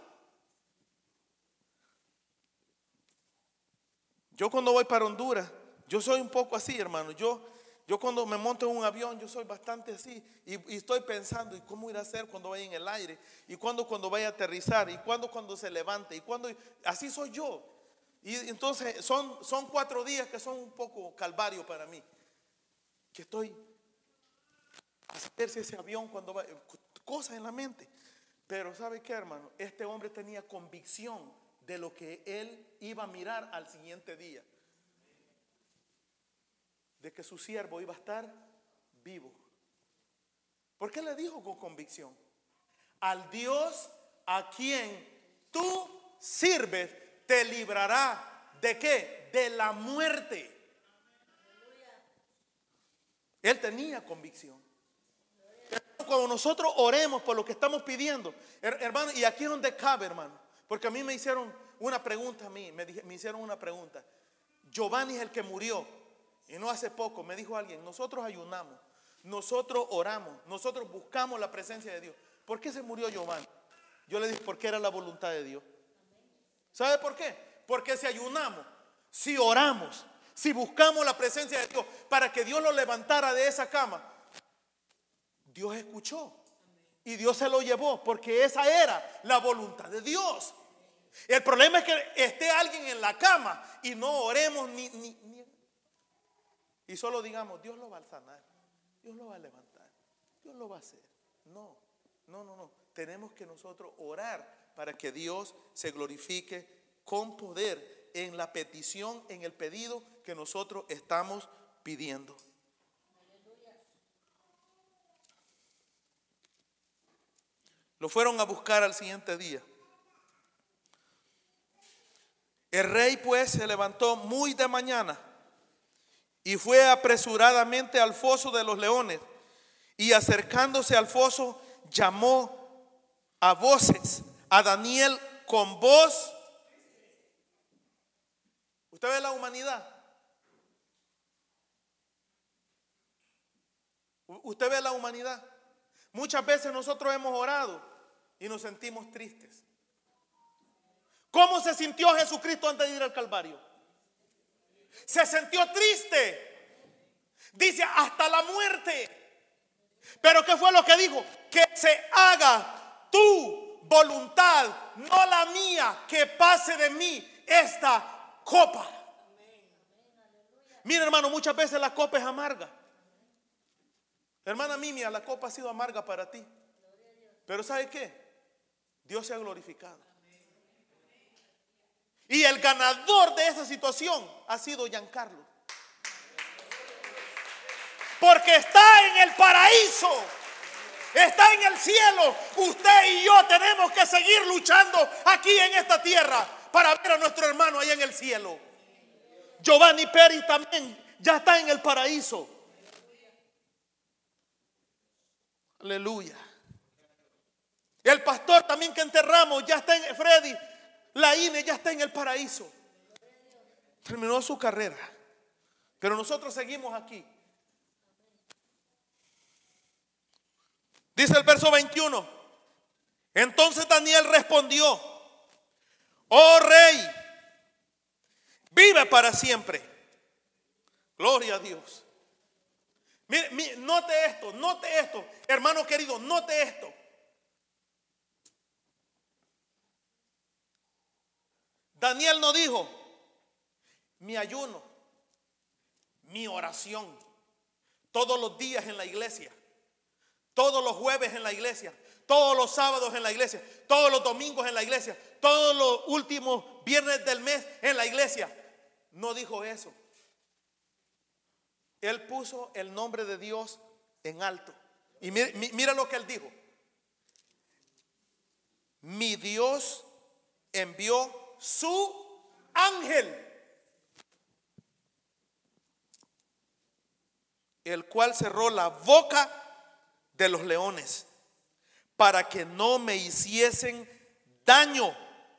Yo cuando voy para Honduras, yo soy un poco así, hermano. Yo cuando me monto en un avión, yo soy bastante así. Y estoy pensando, ¿y cómo irá a ser cuando vaya en el aire? ¿Y cuando vaya a aterrizar? ¿Y cuando se levante? ¿Y cuando? Así soy yo. Y entonces son 4 días que son un poco calvario para mí. Que estoy a saber si ese avión cuando va, cosas en la mente. Pero ¿sabe qué, hermano? Este hombre tenía convicción de lo que él iba a mirar al siguiente día. De que su siervo iba a estar vivo. ¿Por qué le dijo con convicción? Al Dios a quien tú sirves te librará ¿de qué? De la muerte. Él tenía convicción. Cuando nosotros oremos por lo que estamos pidiendo, hermano, y aquí es donde cabe, hermano, porque a mí me hicieron una pregunta, me hicieron una pregunta. Giovanni es el que murió, y no hace poco, me dijo alguien, nosotros ayunamos, nosotros oramos, nosotros buscamos la presencia de Dios. ¿Por qué se murió Giovanni? Yo le dije, porque era la voluntad de Dios. ¿Sabe por qué? Porque si ayunamos, si oramos, si buscamos la presencia de Dios para que Dios lo levantara de esa cama, Dios escuchó y Dios se lo llevó, porque esa era la voluntad de Dios. El problema es que esté alguien en la cama y no oremos y solo digamos, Dios lo va a sanar, Dios lo va a levantar, Dios lo va a hacer. No. Tenemos que nosotros orar para que Dios se glorifique con poder en la petición, en el pedido que nosotros estamos pidiendo. Lo fueron a buscar al siguiente día. El rey pues se levantó muy de mañana y fue apresuradamente al foso de los leones, y acercándose al foso llamó a voces a Daniel con voz. ¿Usted ve la humanidad? ¿Usted ve la humanidad? Muchas veces nosotros hemos orado y nos sentimos tristes. ¿Cómo se sintió Jesucristo antes de ir al Calvario? Se sintió triste. Dice hasta la muerte. Pero ¿qué fue lo que dijo? Que se haga tu voluntad, no la mía, que pase de mí esta copa. Mira, hermano, muchas veces la copa es amarga. Hermana Mimia, la copa ha sido amarga para ti. Pero ¿sabe qué? Dios se ha glorificado. Y el ganador de esa situación ha sido Giancarlo. Porque está en el paraíso, está en el cielo. Usted y yo tenemos que seguir luchando aquí en esta tierra para ver a nuestro hermano ahí en el cielo. Giovanni Pérez también ya está en el paraíso. Aleluya. El pastor también que enterramos ya está en Freddy. La INE ya está en el paraíso. Terminó su carrera. Pero nosotros seguimos aquí. Dice el verso 21. Entonces Daniel respondió: oh rey, vive para siempre. Gloria a Dios. Mire, note esto, hermano querido, note esto. Daniel no dijo: mi ayuno, mi oración, todos los días en la iglesia, todos los jueves en la iglesia, todos los sábados en la iglesia, todos los domingos en la iglesia, todos los últimos viernes del mes en la iglesia. No dijo eso. Él puso el nombre de Dios en alto. Y mira lo que él dijo: mi Dios envió su ángel, el cual cerró la boca de los leones para que no me hiciesen daño,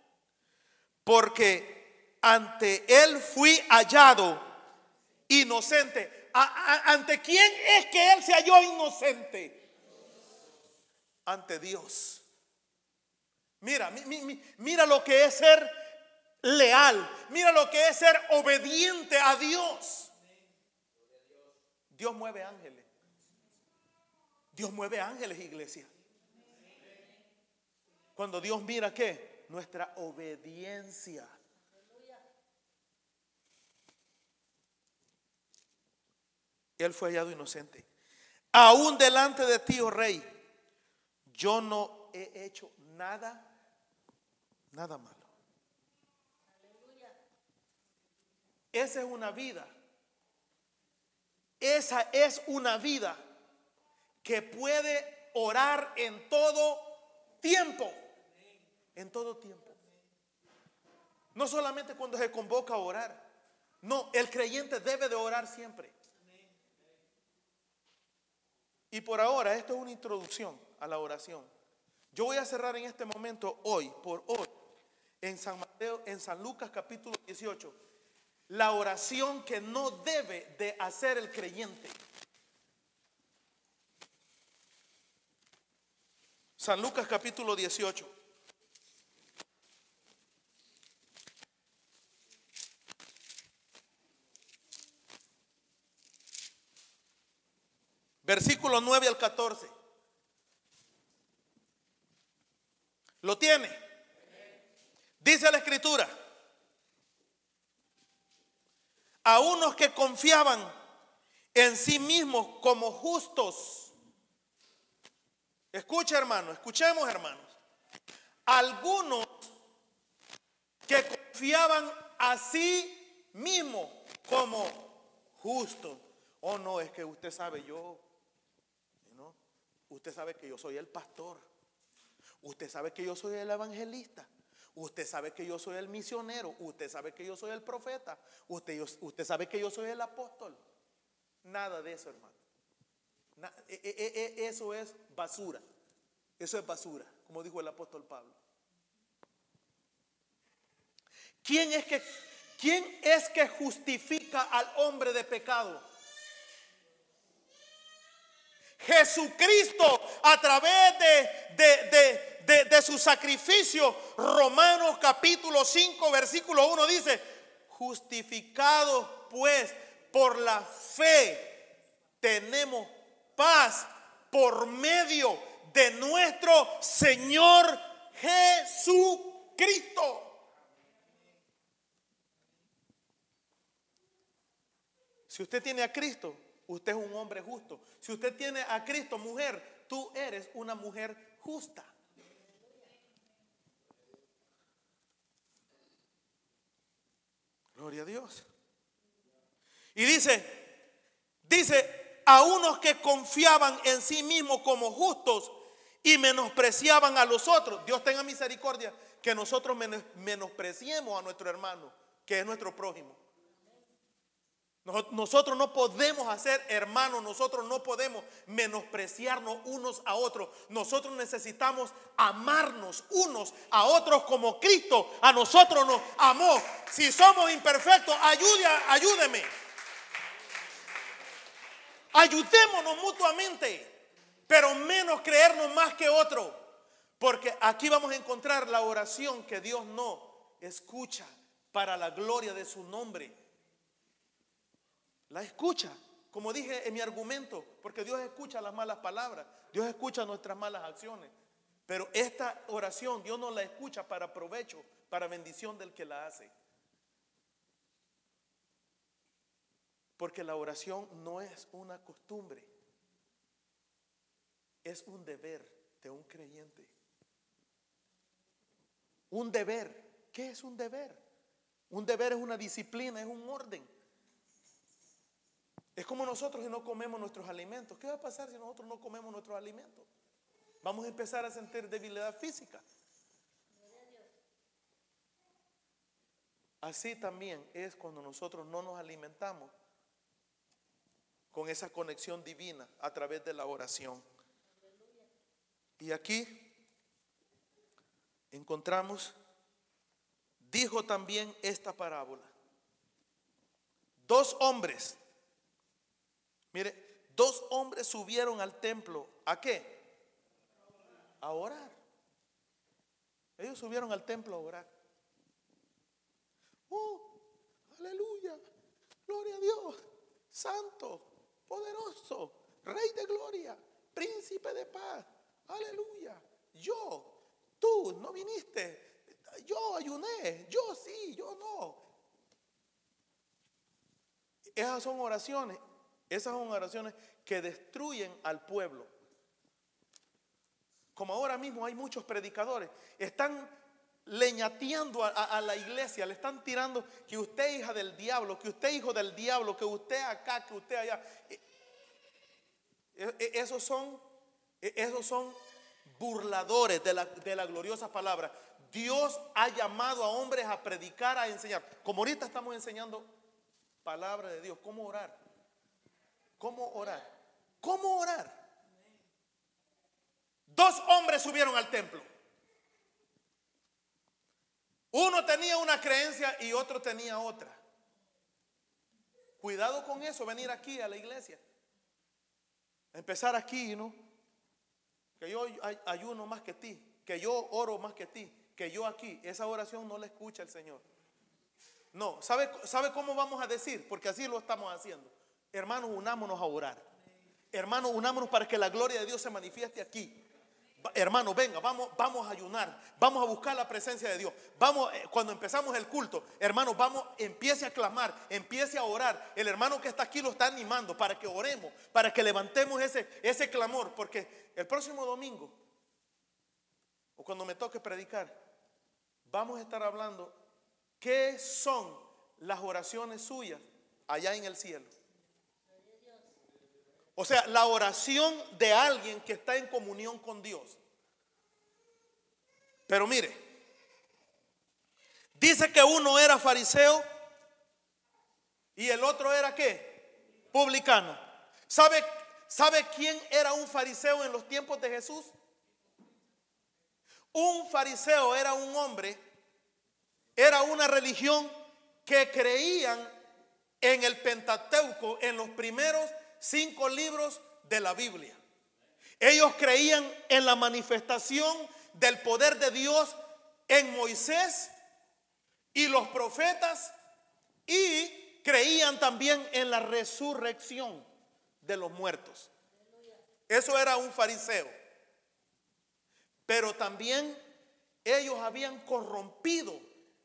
porque ante él fui hallado inocente. ¿Ante quién es que él se halló inocente? Ante Dios. Mira lo que es ser leal. Mira lo que es ser obediente a Dios. Dios mueve ángeles. Dios mueve ángeles, iglesia. Cuando Dios mira, ¿qué? Nuestra obediencia. Él fue hallado inocente. Aún delante de ti, oh rey, yo no he hecho nada malo. Esa es una vida. Esa es una vida que puede orar en todo tiempo. En todo tiempo. No solamente cuando se convoca a orar. No, el creyente debe de orar siempre. Y por ahora, esto es una introducción a la oración. Yo voy a cerrar en este momento, por hoy, en San Lucas capítulo 18, la oración que no debe de hacer el creyente. San Lucas capítulo 18. Versículo 9 al 14. ¿Lo tiene? Dice la escritura: a unos que confiaban en sí mismos como justos. Escucha, hermano, escuchemos, hermanos. Algunos que confiaban a sí mismos como justos. Oh, no, es que usted sabe, usted sabe que yo soy el pastor. Usted sabe que yo soy el evangelista. Usted sabe que yo soy el misionero. Usted sabe que yo soy el profeta. Usted sabe que yo soy el apóstol. Nada de eso, hermano. Eso es basura. Eso es basura, como dijo el apóstol Pablo. ¿Quién es que justifica al hombre de pecado? Jesucristo, a través de su sacrificio. Romanos capítulo 5 versículo 1 dice: justificados pues por la fe tenemos paz por medio de nuestro Señor Jesucristo. Si usted tiene a Cristo, usted es un hombre justo. Si usted tiene a Cristo, mujer, tú eres una mujer justa. Gloria a Dios. Y dice, a unos que confiaban en sí mismos como justos y menospreciaban a los otros. Dios tenga misericordia que nosotros menospreciemos a nuestro hermano, que es nuestro prójimo. Nosotros no podemos hacer hermanos, nosotros no podemos menospreciarnos unos a otros. Nosotros necesitamos amarnos unos a otros como Cristo a nosotros nos amó. Si somos imperfectos, ayúdeme. Ayudémonos mutuamente, pero menos creernos más que otro. Porque aquí vamos a encontrar la oración que Dios no escucha para la gloria de su nombre. La escucha, como dije en mi argumento, porque Dios escucha las malas palabras, Dios escucha nuestras malas acciones. Pero esta oración Dios no la escucha para provecho, para bendición del que la hace. Porque la oración no es una costumbre, es un deber de un creyente. Un deber. ¿Qué es un deber? Un deber es una disciplina, es un orden. Es como nosotros si no comemos nuestros alimentos. ¿Qué va a pasar si nosotros no comemos nuestros alimentos? Vamos a empezar a sentir debilidad física. Así también es cuando nosotros no nos alimentamos con esa conexión divina a través de la oración. Y aquí encontramos, dijo también esta parábola. Dos hombres subieron al templo. ¿A qué? A orar. Ellos subieron al templo a orar. Aleluya, gloria a Dios, santo, poderoso, rey de gloria, príncipe de paz, aleluya. Tú no viniste, yo ayuné, yo sí, yo no. Esas son oraciones que destruyen al pueblo. Como ahora mismo hay muchos predicadores, están leñateando a la iglesia, le están tirando que usted es hija del diablo, que usted es hijo del diablo, que usted acá, que usted allá. Esos son burladores de la gloriosa palabra. Dios ha llamado a hombres a predicar, a enseñar. Como ahorita estamos enseñando palabra de Dios, ¿cómo orar? ¿Cómo orar? ¿Cómo orar? Dos hombres subieron al templo. Uno tenía una creencia y otro tenía otra. Cuidado con eso, venir aquí a la iglesia. Empezar aquí, ¿no? Que yo ayuno más que ti, que yo oro más que ti, que yo aquí. Esa oración no la escucha el Señor. No, ¿sabe cómo vamos a decir? Porque así lo estamos haciendo. Hermanos, unámonos a orar. Hermanos, unámonos para que la gloria de Dios se manifieste aquí. Hermano, venga, vamos a ayunar, vamos a buscar la presencia de Dios. Cuando empezamos el culto, hermano, empiece a clamar, empiece a orar. El hermano que está aquí lo está animando para que oremos, para que levantemos ese clamor, porque el próximo domingo, o cuando me toque predicar, vamos a estar hablando qué son las oraciones suyas allá en el cielo. O sea, la oración de alguien que está en comunión con Dios. Pero mire, dice que uno era fariseo y el otro era ¿qué? Publicano. ¿Sabe quién era un fariseo en los tiempos de Jesús? Un fariseo era un hombre, era una religión que creían en el Pentateuco, en los primeros 5 libros de la Biblia. Ellos creían en la manifestación del poder de Dios en Moisés y los profetas, y creían también en la resurrección de los muertos. Eso era un fariseo. Pero también ellos habían corrompido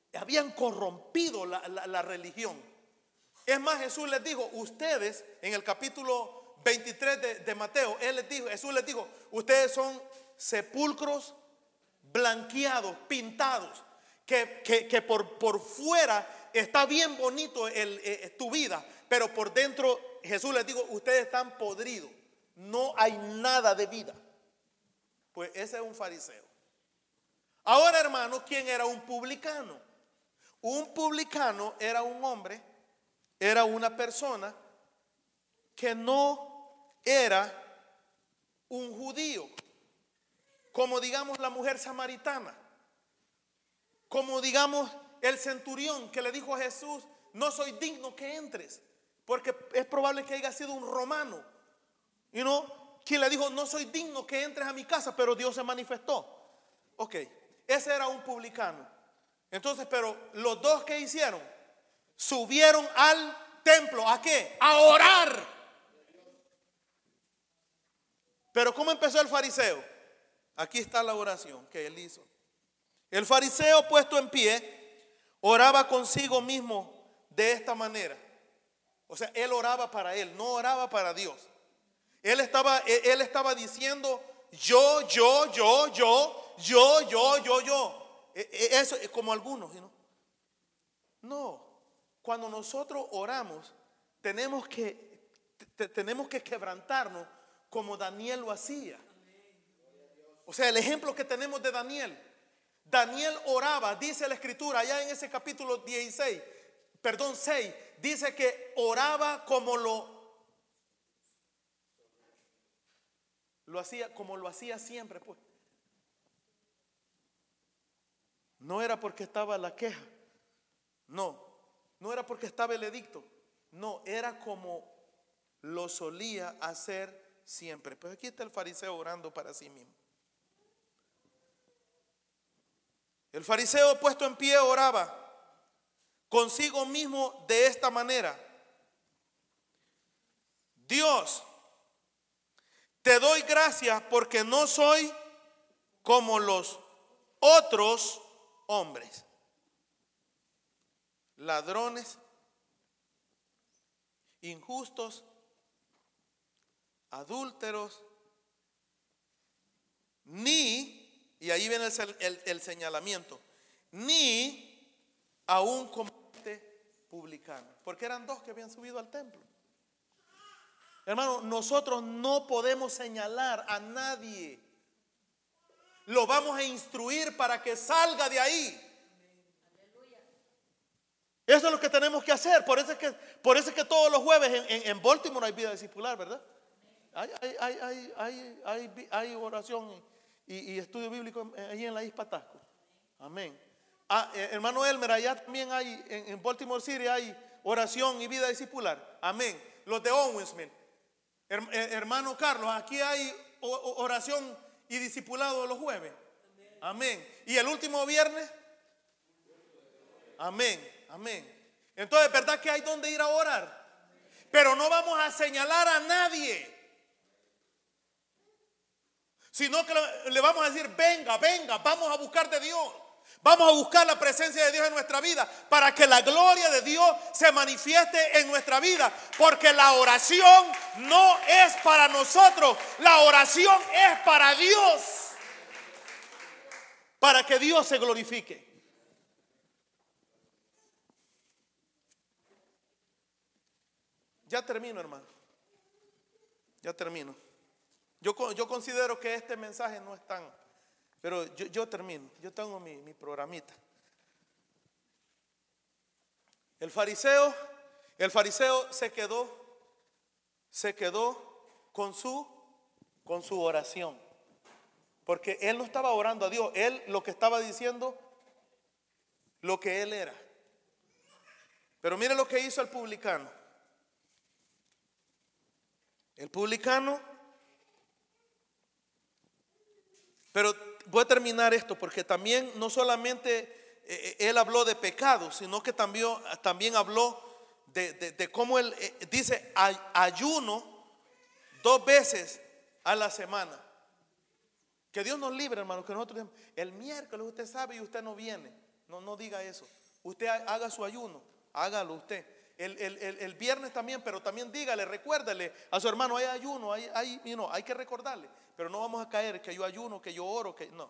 la religión. Es más, Jesús les dijo, ustedes, en el capítulo 23 de Mateo, Jesús les dijo, ustedes son sepulcros blanqueados, pintados, que por fuera está bien bonito tu vida, pero por dentro, Jesús les dijo, ustedes están podridos, no hay nada de vida. Pues ese es un fariseo. Ahora, hermano, ¿quién era un publicano? Un publicano era un hombre era una persona que no era un judío, como digamos la mujer samaritana, como digamos el centurión que le dijo a Jesús: no soy digno que entres, porque es probable que haya sido un romano, quien le dijo: no soy digno que entres a mi casa, pero Dios se manifestó. Ok, ese era un publicano. Entonces, pero los dos, ¿qué hicieron? Subieron al templo. ¿A qué? A orar. Pero ¿cómo empezó el fariseo? Aquí está la oración que él hizo. El fariseo, puesto en pie, oraba consigo mismo de esta manera. O sea, él oraba para él, no oraba para Dios. Él estaba diciendo: yo. Eso es como algunos, No, cuando nosotros oramos, tenemos que quebrantarnos como Daniel lo hacía. O sea, el ejemplo que tenemos de Daniel. Daniel oraba, dice la escritura, allá en ese capítulo 6, dice que oraba como lo hacía siempre, pues. No era porque estaba la queja, no era porque estaba el edicto, no, era como lo solía hacer siempre. Pues aquí está el fariseo orando para sí mismo. El fariseo, puesto en pie, oraba consigo mismo de esta manera: Dios, te doy gracias porque no soy como los otros hombres, ladrones, injustos, adúlteros, ni, y ahí viene el señalamiento, ni aún como este publicano, porque eran dos que habían subido al templo. Hermano, nosotros no podemos señalar a nadie. Lo vamos a instruir para que salga de ahí. Eso es lo que tenemos que hacer. Por eso es que todos los jueves en Baltimore hay vida discipular, ¿verdad? Hay oración y estudio bíblico ahí en la Isla Patasco. Amén. Hermano Elmer, allá también hay, en Baltimore City hay oración y vida discipular. Amén. Los de Owensville. Hermano Carlos, aquí hay oración y discipulado los jueves. Amén. Y el último viernes. Amén. Entonces, ¿verdad que hay donde ir a orar? Pero no vamos a señalar a nadie, sino que le vamos a decir: venga, vamos a buscar de Dios. Vamos a buscar la presencia de Dios en nuestra vida para que la gloria de Dios se manifieste en nuestra vida. Porque la oración no es para nosotros, la oración es para Dios, para que Dios se glorifique. Ya termino, hermano. Ya termino. Yo considero que este mensaje no es tan, pero yo termino. Yo tengo mi programita. El fariseo se quedó con su oración, porque él no estaba orando a Dios. Él lo que estaba diciendo, lo que él era. Pero mire lo que hizo el publicano. El publicano, pero voy a terminar esto porque también no solamente él habló de pecado, sino que también habló de cómo él dice ayuno 2 veces a la semana. Que Dios nos libre, hermano, que nosotros el miércoles usted sabe y usted no viene. No diga eso. Usted haga su ayuno, hágalo usted. El viernes también, pero también dígale, recuérdale a su hermano: hay ayuno, hay que recordarle. Pero no vamos a caer que yo ayuno, que yo oro, que no.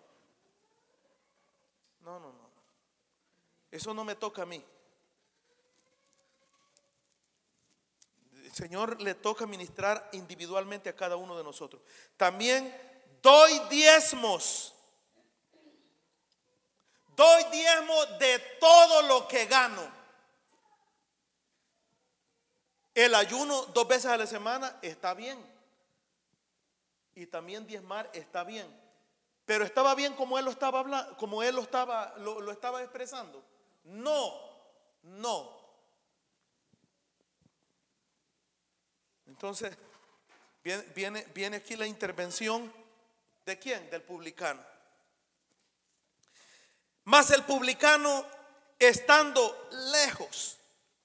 Eso no me toca a mí. El Señor le toca ministrar individualmente a cada uno de nosotros. También doy diezmos. Doy diezmo de todo lo que gano. El ayuno 2 veces a la semana está bien. Y también diezmar está bien. Pero estaba bien como él lo estaba hablando, como él lo estaba expresando. No. Entonces, viene aquí la intervención ¿de quién? Del publicano. Mas el publicano, estando lejos,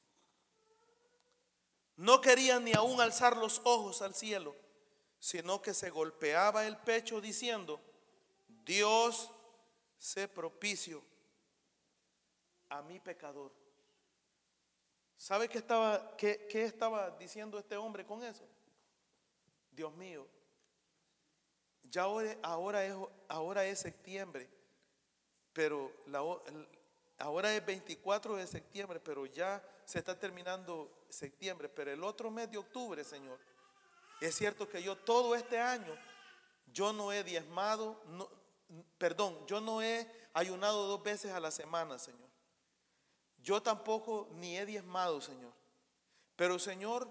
no quería ni aún alzar los ojos al cielo, sino que se golpeaba el pecho diciendo: Dios, sé propicio a mi pecador. ¿Sabe qué estaba diciendo este hombre con eso? Dios mío, ya ahora es septiembre, pero ahora es 24 de septiembre, pero ya se está terminando septiembre. Pero el otro mes de octubre, Señor, es cierto que yo todo este año, yo no he diezmado, yo no he ayunado 2 veces a la semana, Señor. Yo tampoco ni he diezmado, Señor. Pero, Señor,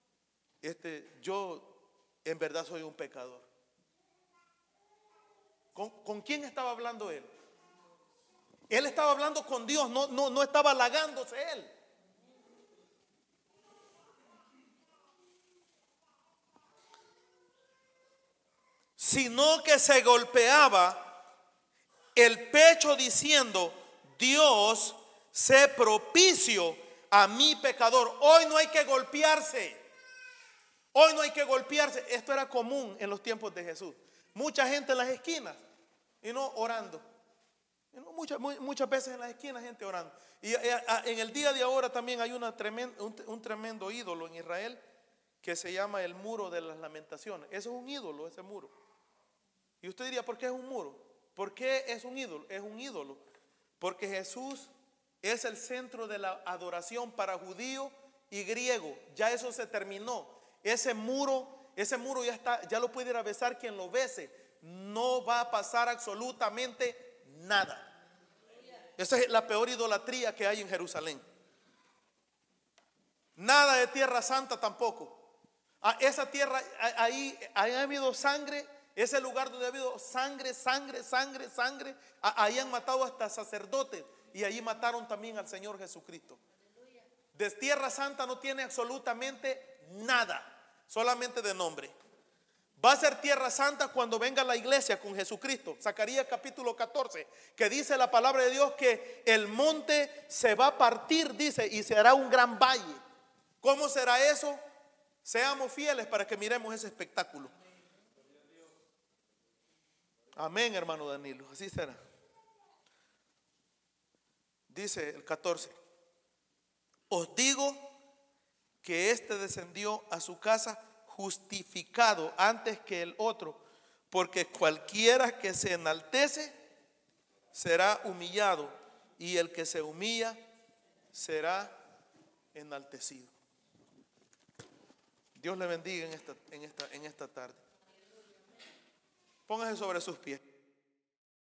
yo en verdad soy un pecador. ¿Con quién estaba hablando él? Él estaba hablando con Dios, no estaba halagándose él. Sino que se golpeaba el pecho diciendo: Dios, sé propicio a mi pecador. Hoy no hay que golpearse. Hoy no hay que golpearse. Esto era común en los tiempos de Jesús. Mucha gente en las esquinas y no orando. Muchas veces en las esquinas gente orando. Y en el día de ahora también hay un tremendo ídolo en Israel que se llama el muro de las lamentaciones. Eso es un ídolo, ese muro. Y usted diría, ¿por qué es un muro? ¿Por qué es un ídolo? Es un ídolo porque Jesús es el centro de la adoración para judío y griego. Ya eso se terminó. Ese muro ya está, ya lo puede ir a besar quien lo bese. No va a pasar absolutamente nada. Esa es la peor idolatría que hay en Jerusalén. Nada de tierra santa tampoco. Esa tierra, ahí ha habido sangre. Ese lugar donde ha habido sangre. Ahí han matado hasta sacerdotes. Y allí mataron también al Señor Jesucristo. De tierra santa no tiene absolutamente nada. Solamente de nombre. Va a ser tierra santa cuando venga la iglesia con Jesucristo. Zacarías capítulo 14, que dice la palabra de Dios que el monte se va a partir, dice, y se hará un gran valle. ¿Cómo será eso? Seamos fieles para que miremos ese espectáculo. Amén, hermano Danilo, así será. Dice el 14: os digo que este descendió a su casa justificado antes que el otro, porque cualquiera que se enaltece será humillado, y el que se humilla será enaltecido. Dios le bendiga en esta tarde. Póngase sobre sus pies.